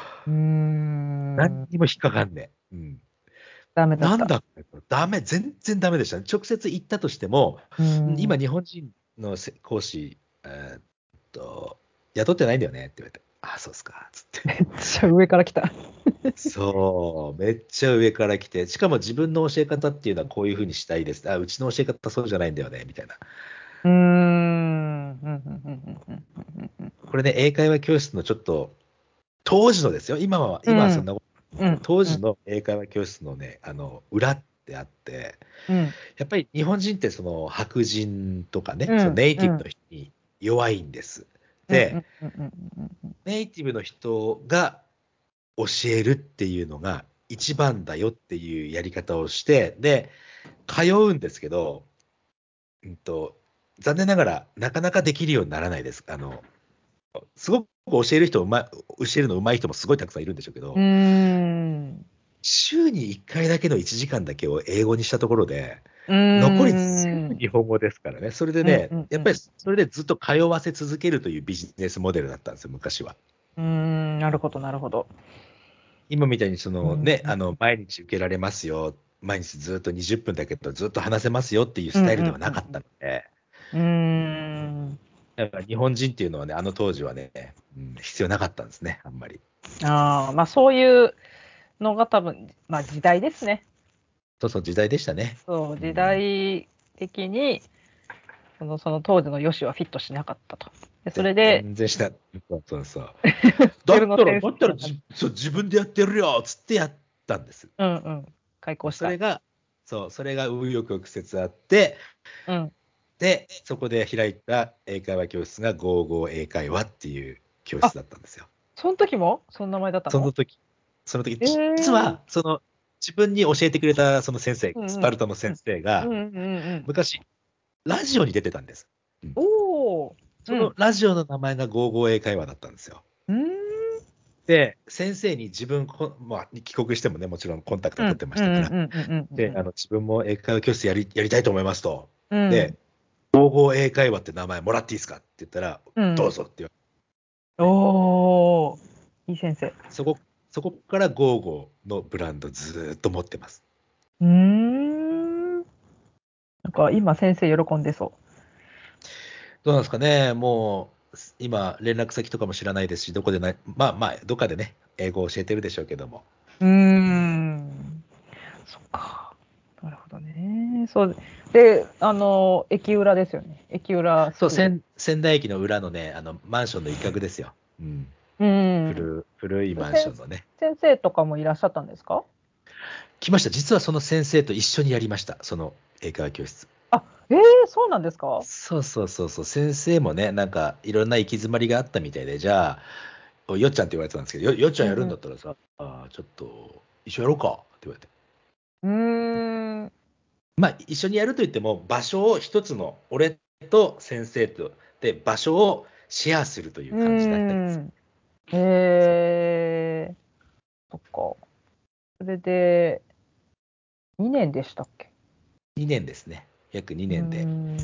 何にも引っかかんねえ。 ダメだった。 なんだダメ、全然ダメでしたね。直接行ったとしても、今日本人の講師、雇ってないんだよねって言われて、あ、そうっすか、つって。 めっちゃ上から来た。 そう、めっちゃ上から来て、しかも自分の教え方っていうのはこういうふうにしたいです。うちの教え方そうじゃないんだよね、みたいな。これね、英会話教室のちょっと、当時のですよ、今はそんなことない、当時の英会話教室のね、裏ってあって、やっぱり日本人ってその白人とかね、そのネイティブの人に弱いんです。で、ネイティブの人が教えるっていうのが一番だよっていうやり方をして、で、通うんですけど、残念ながらなかなかできるようにならないです。すごく教えるの上手い人もすごいたくさんいるんでしょうけど、週に1回だけの1時間だけを英語にしたところで、残り全部日本語ですからね。それでね、やっぱりそれでずっと通わせ続けるというビジネスモデルだったんですよ、昔は。 なるほど、なるほど。 今みたいに毎日受けられますよ、毎日ずっと20分だけどずっと話せますよっていうスタイルではなかったので、だから日本人っていうのはね、あの当時はね、必要なかったんですね、あんまり。 まあそういうのが多分、まあ時代ですね。 そう、時代でしたね。 そう、時代的に、その当時の良しはフィットしなかったと。でそれで、 全然しない。そう。だったら自分でやってるよっつってやったんです。 開講した。 それが紆余曲折あって、で、そこで開いた英会話教室が55英会話っていう教室だったんですよ。 その時もその名前だったの？ その時、実は、自分に教えてくれたその先生、スパルタの先生が、昔、ラジオに出てたんです。そのラジオの名前が55英会話だったんですよ。で、先生に帰国してもね、もちろんコンタクト取ってましたから、で、自分も英会話教室やりたいと思いますと。で、55英会話って名前もらっていいですかって言ったら、どうぞって言われて。いい先生。 そこから55のブランドずーっと持ってます。 なんか今先生喜んでそう。 どうなんですかね、もう今、連絡先とかも知らないですし、どこでどっかでね、英語を教えてるでしょうけども。 そっか。なるほどね。そうで、駅裏ですよね。駅裏。 そう、仙台駅の裏のね、マンションの一角ですよ。古いマンションのね。 先生とかもいらっしゃったんですか？ 来ました。実はその先生と一緒にやりました。その英会話教室。 あ、そうなんですか？ そうそうそうそう、先生もね、なんかいろんな行き詰まりがあったみたいで、じゃあ、よっちゃんって言われてたんですけど、よっちゃんやるんだったらさ、ちょっと一緒やろうかって言われて。 うーん。 まあ、一緒にやると言っても、場所を一つの、俺と先生と、で、場所をシェアするというう感じだったんです。 ーん。 そうそっか。それで、2年でしたっけ？ 2年ですね。約うー 2年で、 ん。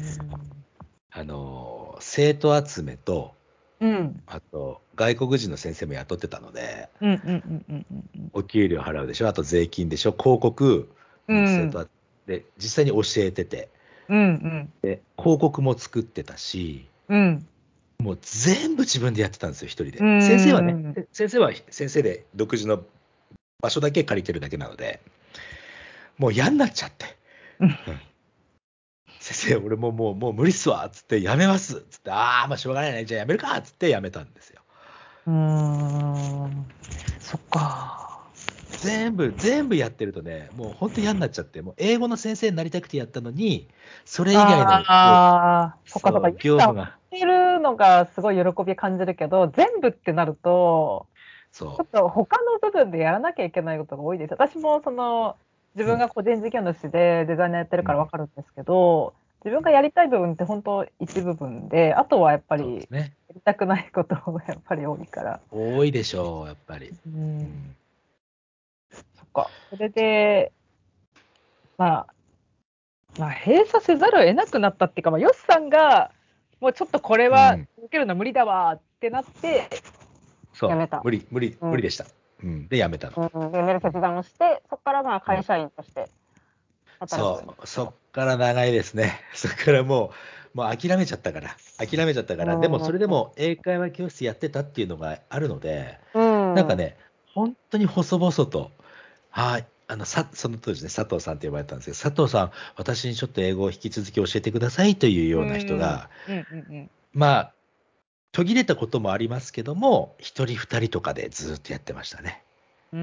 生徒集めと、 うん。 あと、外国人の先生も雇ってたので、 うんうんうんうんうんお給料払うでしょ、あと税金でしょ、広告、 うん。うん。 生徒で、実際に教えてて、 うん広告も作ってたし、 うん。 もう全部自分でやってたんですよ、一人うで。先生はね、 ん。 先生は先生で独自の場所だけ借りてるだけなので、もう嫌になっちゃって、 うん。 うん、先生、俺もう無理っすわっつって、やめますっつって、まあしょうがないね、じゃあやめるかっつってやめたんですよ。 うーん。そっか。 全部やってるとね、もう本当嫌になっちゃって、もう英語の先生になりたくてやったのに、それ以外の、 そっかそっか。 そう、 ゆきさん、 業務が、 てるのがすごい喜び感じるけど、全部ってなると、ちょそっと他の部分でやらなきゃいけないことが多いです。私も自う、 分が個人事業主でデザイナーやってるからわうん、 かるんですけど、自分がやりたい部分って本当一部分で、あとはやっぱりそうですね。 やりたくないことがやっぱり多いから。 多いでしょう、やっぱり。 うん、 うん、 そっか。それで、まあ、閉鎖せざるを得なくなったっていうか、ヨシさんが、もうちょっとこれはうん、 続けるの無理だわってなって、やそう、 めた。うん。 無理でした。うん、で、やめたの。 うん、辞める決断をして、そこからうん、 会社員として働くように。 そっから長いですね。そっからもう諦めちゃったから、でもそれでも英会話教室やってたっていうのがあるので、 うん。うん。 なんかね、本当に細々と、はい、その当時ね、佐藤さんって呼ばれたんですけど、佐藤さん、私にちょっと英語を引き続き教えてくださいといううような人ん。 が、 うん。うん。 まあ、途切れたこともありますけども、一人二人とかでずっとやってましたね。 うん。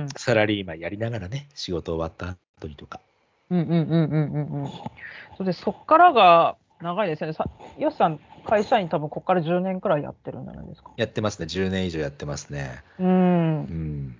サラリーマンやりながらね、仕事終わった後にとか。 うん。うん。うん。うん。うん。そっからが長いですよね。よしさん、会社員多分こっから10年くらいやってるんじゃないですか。 やってますね。10年以上やってますね。 うん。 うん。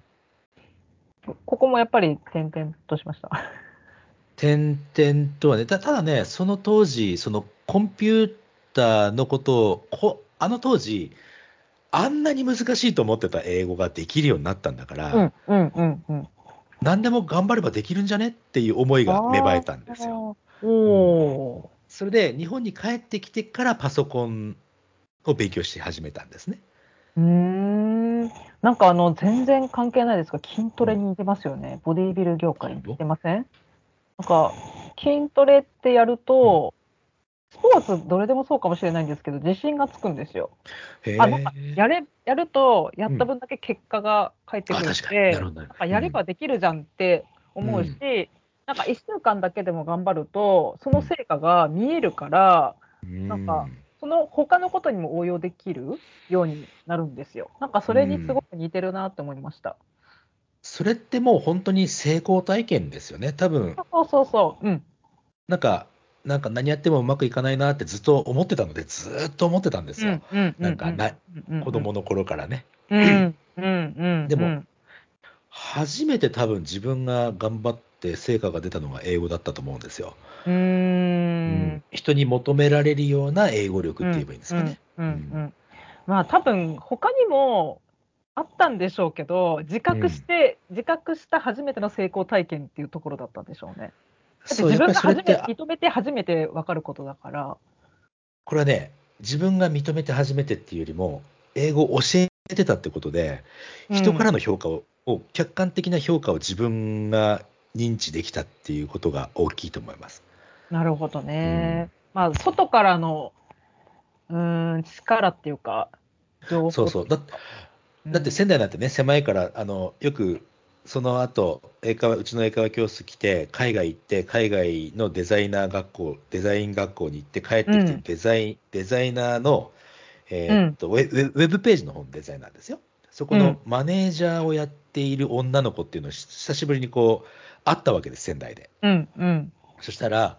ここもやっぱり転々としました。 点々とはね、ただね、その当時、そのコンピューターのことを、あの当時、あんなに難しいと思ってた英語ができるようになったんだから、 うん。うん。うん。うん。 何でも頑張ればできるんじゃねっていう思いが芽生えあたんですよ。 あ。 うん。 おー。 それで、日本に帰ってきてからパソコンを勉強し始めたんですね。 うーん。なんか全然関係ないですが、筋トうん。 レに似てますよね。ボディービル業界に似おてません？なんか、筋トレってやるうん。 と、スポーツどれでもそうかもしれないんですけど、自信がつくんですよ。 へなんか、 え。 やると、やうん。 った分だけ結果が返ってくるん確かになるで、 ほど。 なんかやれうん。 ばできるじゃんって思うし、 うん。 なんか1週間だけでも頑張ると、そうん。 の成果が見えるから、 うなんか、 ん。 その他のことにも応用できるようになるんですよ。なんかそうれにすごん。 く似てるなって思いました。 それってもう本当に成功体験ですよね。多分、 そうそうそう。うん。 なんか、なんか何やってもうまくいかないなってずっと思ってたので、ずっと思ってたんですよ。 うんうんうんうんなんか子うん供の頃からね。 うんうんうんでも、 うん初めて多分自分が頑張って成果が出たのが英語だったと思うんですよ。 ううん。 ん人に求められるような英語力うんって言えばいいんですうんかね。 ううん。 んうん。まあ多分他にもあったんでしょうけど、 うん。 自覚した初めての成功体験っていうところだったんでしょうね。だってそう、 自やっぱりそれって、 認めて初めて分かることだから。 これはね、自分が認めて初めてっていうよりも、英語を教えてたってことで、人かうん。 らの評価客観的な評価を自分が認知できたっていうことが大きいと思います。 なるほどうん。 ね。まあ外からの力っていうか、情報っそうそう。 ていうか。うん。 だって仙台なんてね、狭いから、よく、その後、うちの英会話教室来て、海外行って、海外のデザイン学校に行って帰ってきて、 うん。 デザイナーの、 うん。 ウェブページの本デザイナーですよ。そこのうん。 マネージャーをやっている女の子っていうのを久しぶりにこう、会ったわけです、仙台で。 うん。うん。 そしたら、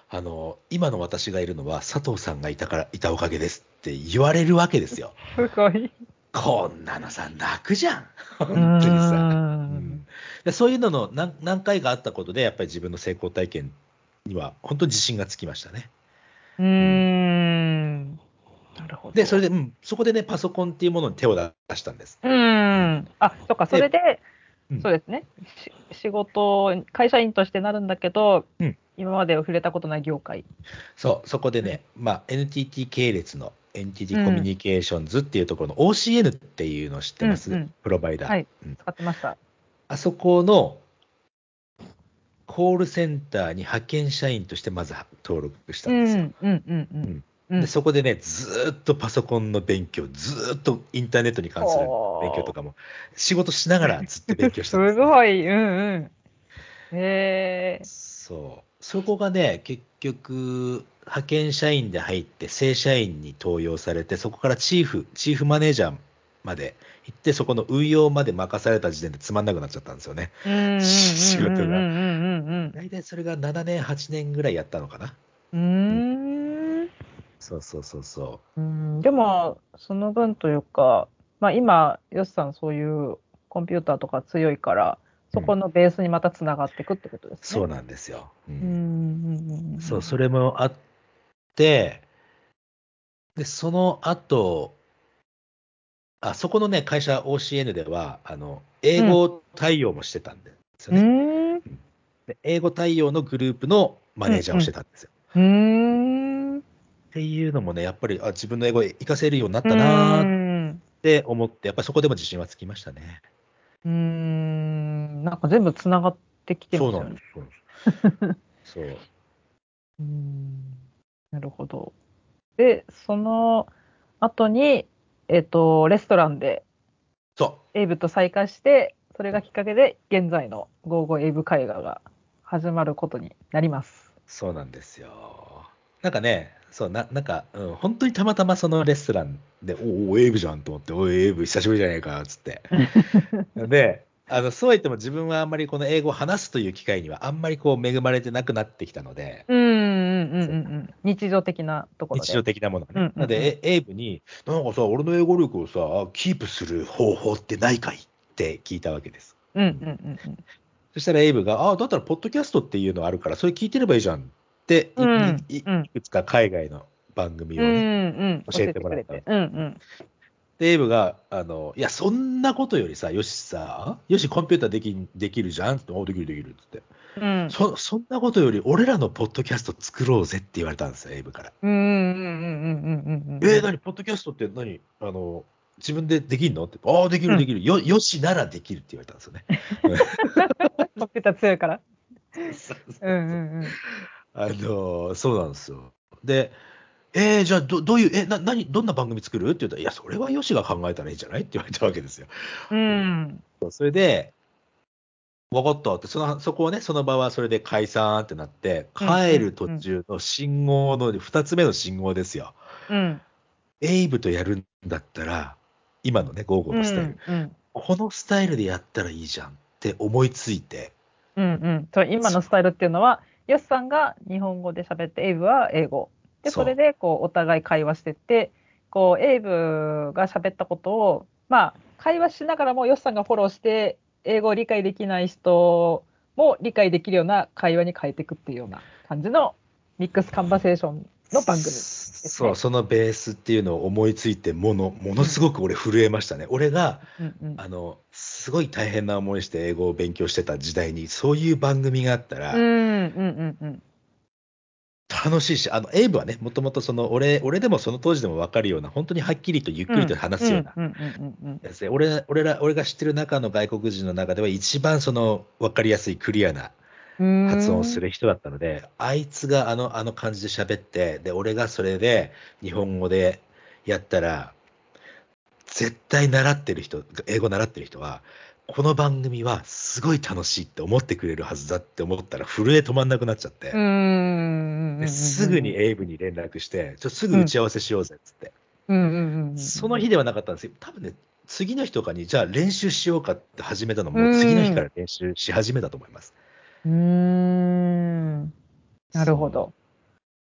今の私がいるのは佐藤さんがいたおかげですって言われるわけですよ。 すごい。 こんなのさ、楽じゃん。 うー本当にさ。 ん。 でそういうのの何回かあったことで、やっぱり自分の成功体験には本当に自信がつきましたね。 うーん。なるほで、それど。 で、そこでね、パソコンっていうものに手を出したんです。 うーん。あ、そっか、それで、 うんそうですね。仕事、会社員としてなるんだけど、 うん今まで触れたことない業界。 そこでね、NTT 系列のう NTT コミュん。 ニケーションズっていうところの OCN っていうのを知ってます？ うんうん。 プロバイダー。 はい。使ってました。 あそこのコールセンターに派遣社員としてまず登録したんですよ。 うんうんうんうん。 で、そこでね、ずーっとパソコンの勉強、ずーっとインターネットに関する勉強とほかも、仕事しながらずっと勉強したんですすね。 ごい。うんうん。へえ。 そう。そこがね、結局、派遣社員で入って正社員に登用されて、そこからチーフマネージャーまで行って、そこの運用まで任された時点でつまんなくなっちゃったんですよね。 うんうん仕事が。 うん大体それが7年、8年ぐらいやったのかな。 うんうんうん。うーん。 そうそうそうそうん、でも、その分というか、まあ今、よしさんそういうコンピューターとか強いから、 う。 そこのベースにまたつながっていくってことですね。 そうなんですよ。 うんうんそう、 うんそれもあって、で、その後、そこのね、会社 OCN では、英うん語対応もしてたんですよね。 うん。うーん。 で、英語対応のグループのマネージャーをしてたんですよ。 うん。うーん。 っていうのもね、やっぱり、自分の英語を活かせるようになっうーたなーっん。 て思って、やっぱりそこでも自信はつきましたね。 うーん。なんか全部つながってきてますよね。 そうなんです。そうなんです。そう。 うーん。なるほど。で、その後に、レストランでそう。 エイブと再会して、それがきっかけで現在のゴーゴーエイブ会話が始まることになります。 そうなんですよ。なんかね、そう、なんか、本当にたまたまそのレストランで、お、エイブじゃんと思って、おい、エイブ久しぶりじゃないか、つって。で、そうは言っても自分はあんまりこの英語を話すという機会にはあんまりこう恵まれてなくなってきたので、 うんうんうんそううんうん。日常的なところで。 日常的なものがね。 うんうんうん。 なので、エイブに、なんかさ、俺の英語力をさ、キープする方法ってないかいって聞いたわけです。 うんうんうんうん。 そしたらエイブが、だったら、ポッドキャストっていうのあるから、それ聞いてればいいじゃんって、 うんうん。 いくつか海外の番組うんをね、 うん。教教ええてくれて。 てもらったわけ。 うんうん。 で、エイブが、いや、そんなことよりさ、よし、コンピューターできるじゃんって、できるできるっつって。 うん。 そんなことより、俺らのポッドキャスト作ろうぜって言われたんですよ、エイブから。 うんうんうんうんうんうん何、ポッドキャストって何自分でできんのって。ああ、できうん。 るできる。よしならできるって言われたんですよね。 コンピューター強いから。 そうそううんうそう。 んうん。 そうなんですよ。で、じゃあ、どういう、どんな番組作るって言ったら、いや、それはよしが考えたらいいんじゃないって言われたわけですよ。 うん。 それで、分かったって、そこはね、その場はそれで解散ってなって、 うん帰る途うん中の信号の2つ目の信号ですよ。 うん。 エイブとやるんだったら、今のね、ゴーゴーうのスタイル、 んうん。 このスタイルでやったらいいじゃんって思いついて、 うんうん。そう、今のスタイルっていうのは、ヨシさんが日本語で喋って、エイブは英語。で、それそで、こう、お互い会話してって、こう、エイブが喋ったことを、まあ、会話しながらもヨシさんがフォローして、英語を理解できない人も理解できるような会話に変えていくっていうような感じのミックスカンバセーションの番組ですね。 そのベースっていうのを思いついて、ものうんすごく俺震えましたね。俺が、 うんうんすごい大変な思いして英語を勉強してた時代に、そういう番組があったうんら、 うんうん楽しいし、エイブはね、もともと俺でもその当時でも分かるような、本当にはっきりとゆっくりとうん話すようなうんうんうんうんやつで、俺が知ってる中の外国人の中では一番分かりやすいクリアな発音をすうんる人だったので、あいつがあの感じで喋って、で、俺がそれで日本語でやったら、絶対英語習ってる人は、この番組はすごい楽しいって思ってくれるはずだって思ったら震え止まんなくなっちゃっうて、 んですぐにうんエイブに連絡して、すぐうん打ち合わせしようぜっつって。 うんうんその日ではなかったんですよ。多分ね、次の日とかに、じゃあ練習しようかって始めたのうも、次の日かんら練習し始めたと思います。 うん。なるほそど。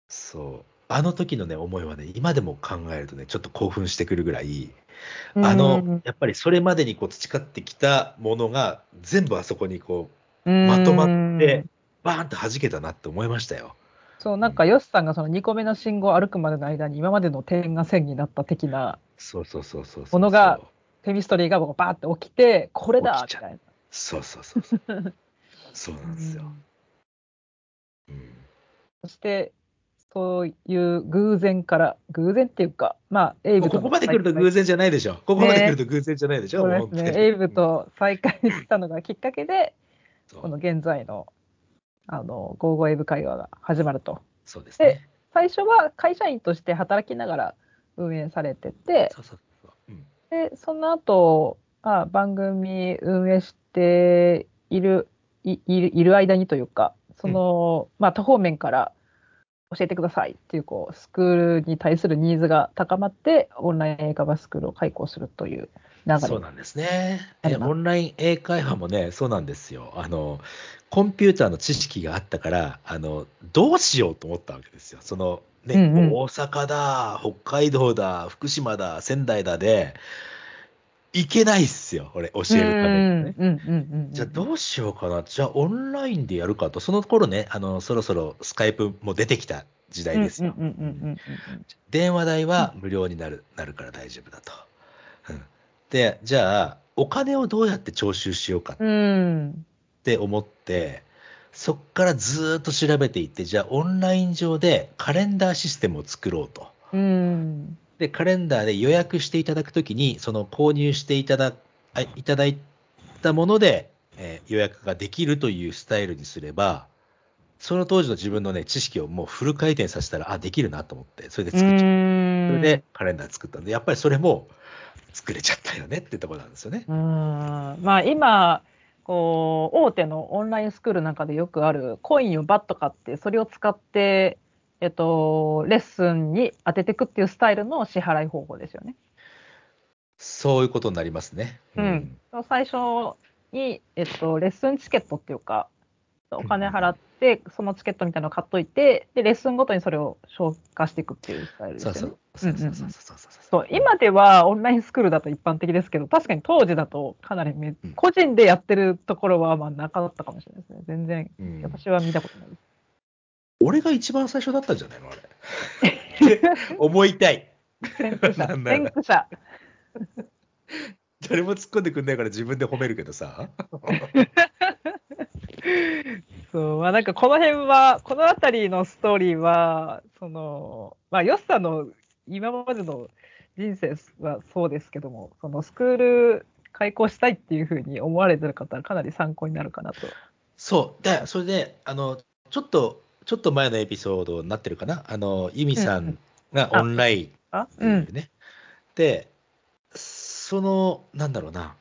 そう。あの時のね、思いはね、今でも考えるとね、ちょっと興奮してくるぐらい、 うん。 やっぱりそれまでにこう培ってきたものが全部あそこにこうう、まとまっん。 て、バーンと弾けたなって思いましたよ。 そう、 うん。 ヨシさんがその2個目の信号を歩くまでの間に今までの点が線になった的なそうそうそうそうものが、 そうそケミストリーがバーって起きて、これう。起きちゃう。 だみたいな。 そうそうそうそう。そうなうんですよ。 ん。 うん。 そして、そういう偶然から、偶然っていうか、エイもうここブとのまで来ると再会。 偶然じゃないでしょ。ここまで来るね、 と偶然じゃないでしょ。 そうもうですね。 本当に。 エイブうん。 と再会したのがきっかけで、 そう。 この現在の、ゴーゴーエイブ会話が始まると。で、 そうですね。 最初は会社員として働きながら運営されてて、 そうそうそう。うん。 で、その後、番組運営している間にというか、 うん。 多方面から教えてくださいっていう、スクールに対するニーズが高まって、オンライン英会話スクールを開講するという流れにそうなんですね。 なります。 オンライン英会話もね、そうなんですよ。コンピューターの知識があったから、どうしようと思ったわけですよ。ね、 うんうん。 大阪だ、北海道だ、福島だ、仙台だで、行けないっすよ、俺、教うえるためにね。 んうんうんうんじゃあうんどうしようかな。じゃあオンラインでやるかと。その頃ね、そろそろスカイプも出てきた時代うんですよ。 うんうんううん。 んうんうん電話代うんは無料になるから大丈夫だと。うん。で、じゃあ、お金をどうやって徴収しようかっうんて思って、そっからずーっと調べていって、じゃあオンライン上でカレンダーシステムを作ろうと。 うんで、カレンダーで予約していただくときに、その購入していただいたもので、予約ができるというスタイルにすれば、その当時の自分のね、知識をもうフル回転させたら、あ、できるなと思って、それでう作っちゃった。それんでカレンダー作ったんで、やっぱりそれも作れちゃったよねってところなんですよね。 うん。今、大手のオンラインスクールなんかでよくあるコインをバッと買って、それを使って、レッスンに当てていくっていうスタイルの支払い方法ですよね。 そういうことになりますね。ううん。 ん。 最初に、レッスンチケットっていうか、おうんうん金払って、そのチケットみたいなのを買っといて、で、レッスンごとにそれを消化していくっていうスタイルですよね。 そうそう。 うんそうそうそううんうん。 そうそうそう。 そう、 うん。 今ではオンラインスクールだと一般的ですけど、確かに当時だとかなりうん。 個人でやってるところはなかったかもしれないですね。全然、 うん。 私は見たことないです。 俺が一番最初だったんじゃないのあれ。って思いたい。 先駆者、 なんなら。 先駆者。 誰も突っ込んでくんないから自分で褒めるけどさ。 そう、この辺は、この辺りのストーリーは、ヨシさんの今までの人生はそうですけども、そのスクール開講したいっていうふうに思われてる方はかなり参考になるかなと。 そう。で、それで、ちょっと前のエピソードになってるかな。ユミうんうん。 さんがオあ、 ンラインっうん。 ていうね。で、なんだろうな。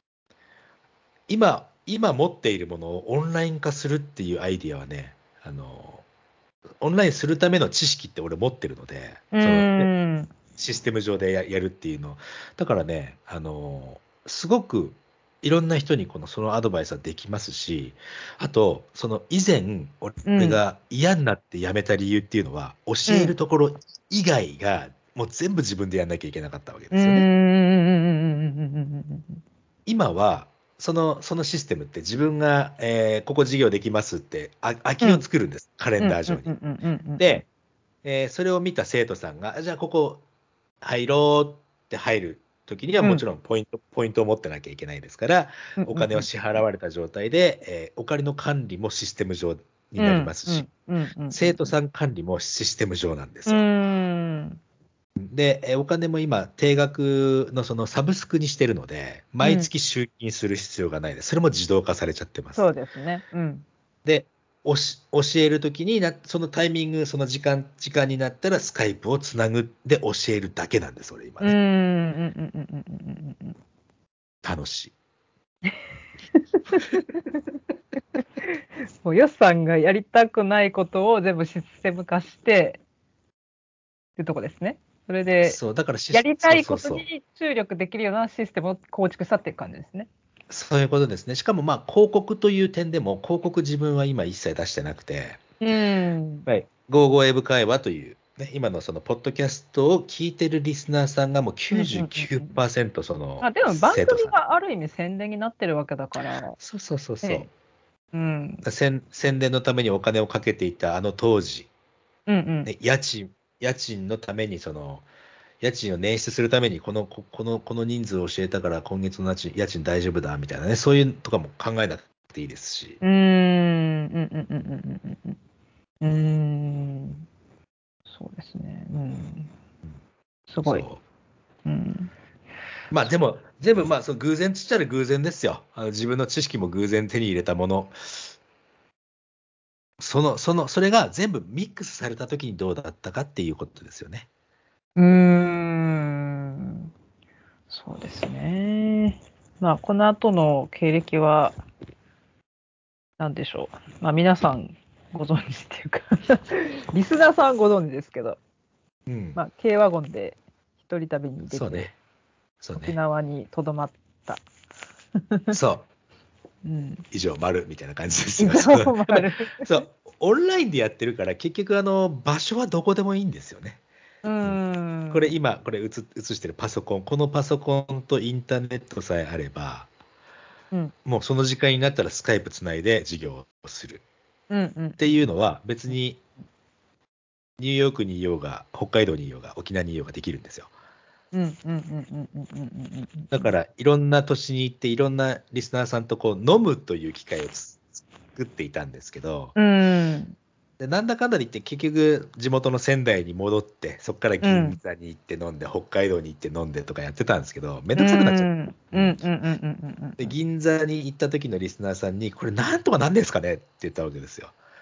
今持っているものをオンライン化するっていうアイディアはね、オンラインするための知識って俺持ってるので、 うね、 ーん。 システム上でやるっていうの。だからね、すごくいろんな人にそのアドバイスはできますし、あと、以前、 うん。 俺が嫌になって辞めた理由っていうのは、教えるうん。 ところ以外が、もう全部自分でやんなきゃいけなかったわけうーですよね。 ん。 今は、そのシステムって自分が、ここ事業できますって、空きをうん。 作るんです。カレうん。 ンダー上に。 うん。うん。うん。うん。うん。 で、それを見た生徒さんが、じゃあここ入ろうって入るときにはうん。 もちろんポイントを持ってなきゃいけないですから、 うん。 お金を支払われた状態で、お金の管理もシステム上になりうん。 ますし、 うん。うん。うん。 生徒さん管理もシステム上なんでうすよ。 ん。 で、お金も今、定額のそのサブスクにしてるので、毎うん。 月集金する必要がないです。それも自動化されちゃってまそうす。 ですね。うん。 で、教えるときにそのタイミング、その時間になったらスカイプをつなぐで教えるだけなんです、俺今うーん。 ね。 うんうんうんうんうんうんうん。 楽しい。 もう、ヨシさんがやりたくないことを全部システム化してっていうとこですね。それで、 そう、だからやりたいことそうそうそに注力できるようなシステムを構築したっていう感じですね。 う。そういうことですね。しかもまあ、広告という点でも、広告自分は今一切出してなくて、 うーん。 はい。 55英語会話という、ね、今のそのポッドキャストを聞いてるリスナーさんがもう99%そのでも番組生徒さん。 がある意味宣伝になってるわけだから。 そうそうそうそう。 ね、うん。 宣伝のためにお金をかけていたあの当時、 うんうん。 ね、家賃のために家賃を捻出するためにこの人数を教えたから今月の家賃大丈夫だみたいなね、そういうとかも考えなくていいですし。 うんうんうんうんうんうん。そうですね。うん。すごい。 そう。 うん。 まあでも、全部まあその偶然つっちゃる偶然ですよ。自分の知識も偶然手に入れたもの。それが全部ミックスされた時にどうだったかっていうことですよね。 そうですね。まあ、この後の経歴は、何でしょう。まあ、皆さんご存知っていうかリスナーさんご存知ですけど、 うん。 まあ、軽ワゴンで一人旅に出て、 そうね。そう沖ね。 縄にとどまった。 そう。 うん。 以上、丸みたいな感じですよ。 以上そう。やっぱり、 丸。 そう。オンラインでやってるから、結局、場所はどこでもいいんですよね。 ううん。 ん。 これ映してるパソコン。このパソコンとインターネットさえあれば、 うん。 もうその時間になったらスカイプつないで授業をする。 うんうんっていうのは、別うんにニューヨークにいようが、北海道にいようが、沖縄にいようができるんですよ。 うんうんうんうんうんうんうんうん。 だから、いろんな都市に行って、いろんなリスナーさんとこう飲むという機会を作っていたんですけど、 うん。 でなんだかんだで言って、結局、地元の仙台に戻って、そこから銀うん。 座に行って飲んで、北海道に行って飲んでとかやってたんですけど、めんうどくさくなっちゃって。 ん。うん。 うん。 うん。うん。うん。 で、銀座に行った時のリスナーさんに、これなんとかなんですかねって言ったわけですよ。 うん。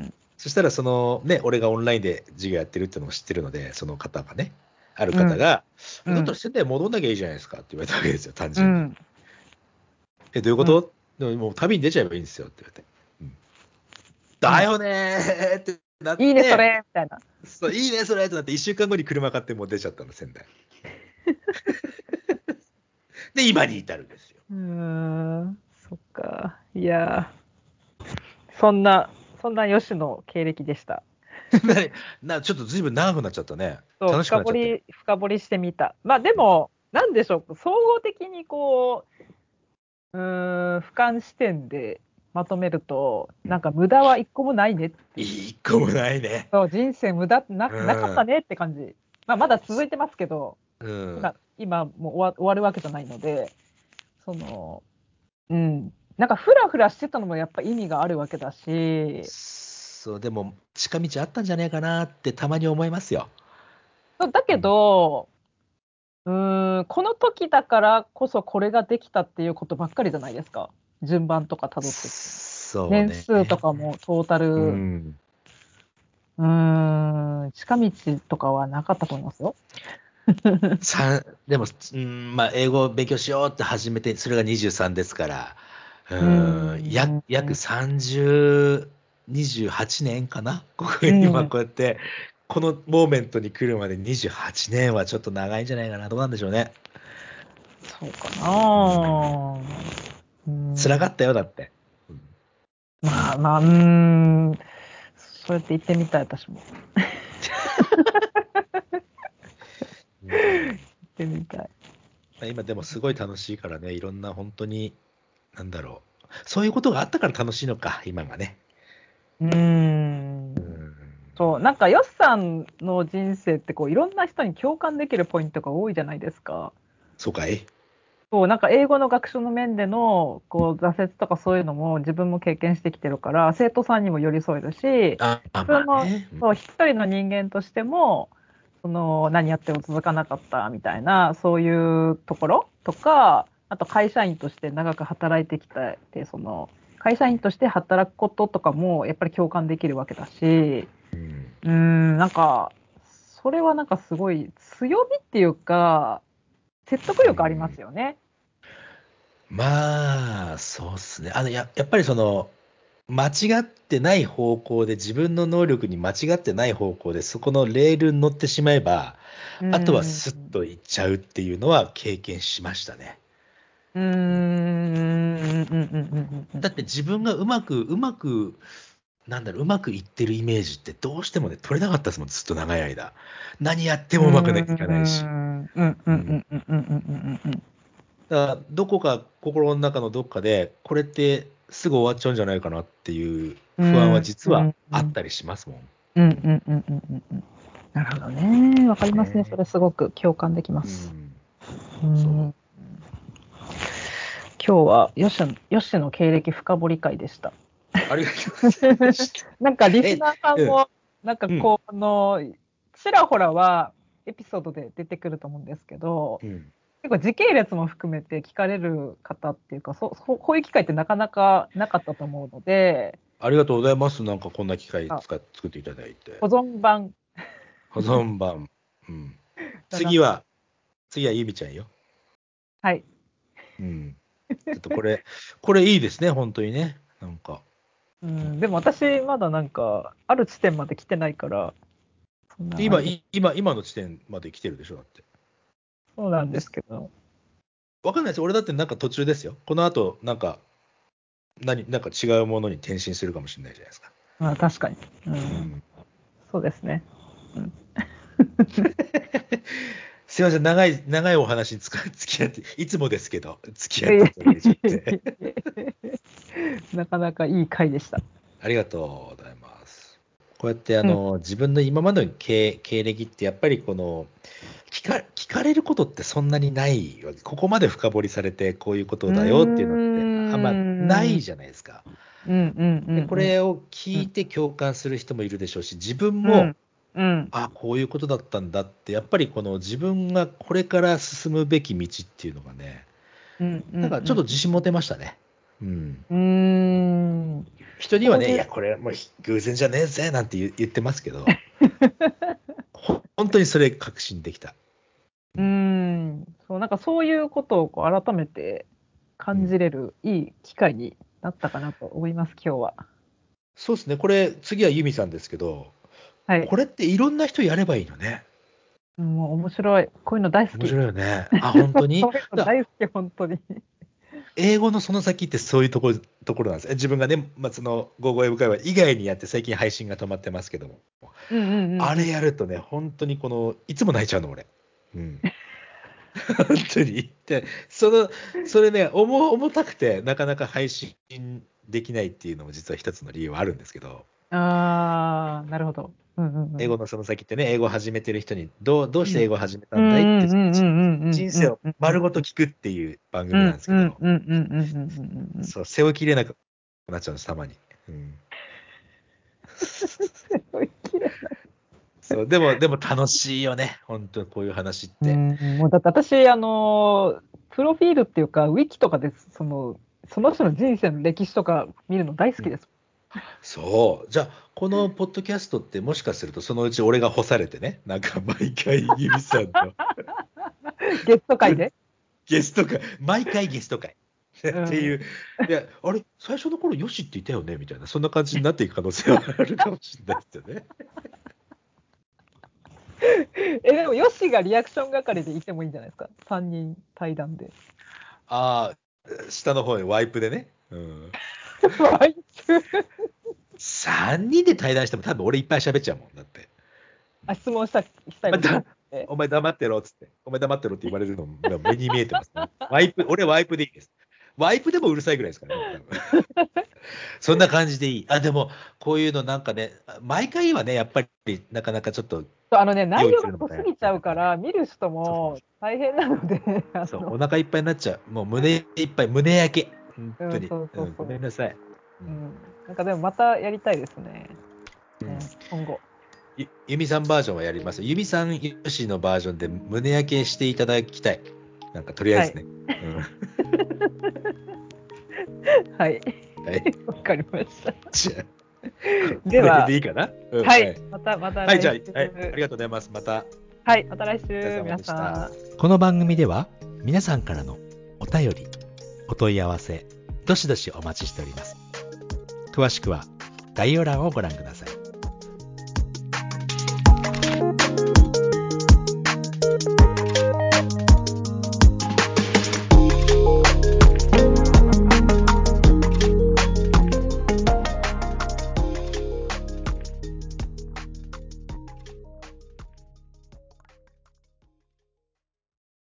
そしたら、俺がオンラインで授業やってるっていうのを知ってるので、その方がね、あるうん。 方が、 うん。 だったら仙台戻んなきゃいいじゃないですかって言われたわけですよ、単純に。 うん。 どういうこうん。 と？でももう旅に出ちゃえばいいんですよって言われて。うん、 うん。 だよねーってなっいいね、そて、 れみたいな。 そう、いいね、それってなって、1週間後に車買ってもう出ちゃったの、仙台。で、今に至るんですよ。 そっか。いやそんな吉野経歴でした。 ちょっとずいぶん長くなっちゃったね。 そう、 楽しくなっちゃったよ。 深掘りしてみた。まあでも、なんでしょう、総合的に俯瞰視点でまとめると、なんか無駄は一個もないねっていう。 一個もないね。 そう、人生無駄うなかったん。 ねって感じ。まあまだ続いてますけど、 うん。 今もう終わるわけじゃないので、その、うん。なんかフラフラしてたのもやっぱ意味があるわけだし、 そう、でも、近道あったんじゃないかなってたまに思いますよ。 だけうん。 ど、この時だからこそこれができたっていうことばっかりじゃないですか。順番とか辿ってって。年そうね。 数とかもトータうル、 ん。 近道とかはなかったと思いますよ。 でも、まあ、英語を勉強しようって始めて、それが23ですから、 うーん、 約30、28年かなここう今ん、 こうやって、このモーメントに来るまで28年はちょっと長いんじゃないかな。どうなんでしょうね。 そうかうん。 な。うん、 辛かったよ、だって。うん。 まあまあ、そうやって言ってみたい、私も。 うん。 言ってみたい。 まあ今でもすごい楽しいからね、いろんな本当に、なんだろう。そういうことがあったから楽しいのか、今がね。 うーん。 うん。 そう、なんか、ヨシさんの人生って、いろんな人に共感できるポイントが多いじゃないですか。 そうかい？ そう、なんか、英語の学習の面での、挫折とかそういうのも自分も経験してきてるから、生徒さんにも寄り添えるし、 まあね。 そう、一人の人間としても、何やっても続かなかったみたいな、そういうところとか、あと会社員として長く働いてきたって、会社員として働くこととかも、やっぱり共感できるわけだし、 うん。 なんか、それはなんかすごい強みっていうか、説得力ありまうん。 すよね。 まあ、そうっすね。やっぱり間違ってない方向で、自分の能力に間違ってない方向で、そこのレールに乗ってしまえば、 うあとはん。 スッといっちゃうっていうのは経験しましたね。 うーん。うん。うん。うん。うん。うん。 だって自分がうまくなんだろう、うまくいってるイメージってどうしてもね、取れなかったですもん、ずっと長い間。何やってもうまくいかないし。だから、どこか心の中のどっかで、これってすぐ終わっちゃうんじゃないかなっていう不安は実はあったりしますもん。 なるほどね。わかりますね。それすごく共感できます。そう。今日はヨシの経歴深掘り会でした。 ありがとうございました。 なんかリスナーさんも、なんかこう、ちらほらはエピソードで出てくると思うんですけど、結構時系列も含めて聞かれる方っていうか、こういう機会ってなかなかなかったと思うので。 ありがとうございます。なんかこんな機会作っていただいて。 保存版。 次はゆみちゃんよ。 はい。 ちょっとこれいいですね、本当にね。なんか。 でも私、まだなんか、ある地点まで来てないから、 今の地点まで来てるでしょ、だって。 そうなんですけど。 わかんないです。俺だってなんか途中ですよ。この後、なんか違うものに転身するかもしれないじゃないですか。 まあ、確かに。そうですね。 すいません、長いお話に付き合って、いつもですけど、付き合っていただいちゃって。 なかなかいい回でした。 ありがとうございます。こうやって自分の今までの経歴ってやっぱりこの聞かれることってそんなにないわけ。ここまで深掘りされてこういうことだよっていうのってあんまないじゃないですか。でこれを聞いて共感する人もいるでしょうし、自分も、こういうことだったんだって、やっぱりこの自分がこれから進むべき道っていうのがね、なんかちょっと自信持てましたね。人にはね、いや、これもう偶然じゃねえぜなんて言ってますけど、本当にそれ確信できた。 なんかそういうことを改めて感じれるいい機会になったかなと思います、今日は。 そうですね、これ、次はユミさんですけど、これっていろんな人やればいいのね。 もう面白い。こういうの大好き。 面白いよね。本当に。 こういうの大好き、本当に。 英語のその先ってそういうところなんです。自分がね、そのゴーゴー英語会話以外にやって最近配信が止まってますけども。あれやるとね、本当にいつも泣いちゃうの、俺。本当に。で、それね、重たくてなかなか配信できないっていうのも実は一つの理由はあるんですけど。 なるほど。 英語のその先ってね、英語を始めてる人にどうして英語を始めたんだいって人生を丸ごと聞くっていう番組なんですけど、そう、背負いきれなくなっちゃうんです、たまに。 背負いきれない。 そう、でも楽しいよね、本当こういう話って。 もうだって私、プロフィールっていうか、ウィキとかでその人の人生の歴史とか見るの大好きです。 そう。じゃあ、このポッドキャストってもしかするとそのうち俺が干されてね、なんか毎回ユミさんのゲスト会で毎回ゲスト会っていう、いや、あれ、最初の頃ヨシっていたよねみたいな、そんな感じになっていく可能性はあるかもしれないですよね。 でもヨシがリアクション係でいてもいいんじゃないですか、3人対談で。 下の方にワイプでね。 ワイプ 3人で対談しても多分俺いっぱい喋っちゃうもんだって。 質問したいことお前黙ってろっつって。お前黙ってろって言われるのも目に見えてますね。俺ワイプでいいです。ワイプでもうるさいぐらいですからね。そんな感じでいい。でも、こういうのなんかね、毎回はね、やっぱりなかなかちょっと。 内容が濃すぎちゃうから、見る人も大変なので。 そう、お腹いっぱいになっちゃう。もう胸いっぱい、胸焼け。本当に。ごめんなさい。 なんかでもまたやりたいですね。今後。 ユミさんバージョンはやります。ユミさんヨシのバージョンで胸焼けしていただきたい。なんかとりあえずね。 はい。わかりました。 じゃあ、 では、 でいいかな？ はい。また来週。じゃあ、ありがとうございます。また来週、皆さん。この番組では皆さんからのお便り、お問い合わせ、どしどしお待ちしております。詳しくは概要欄をご覧ください。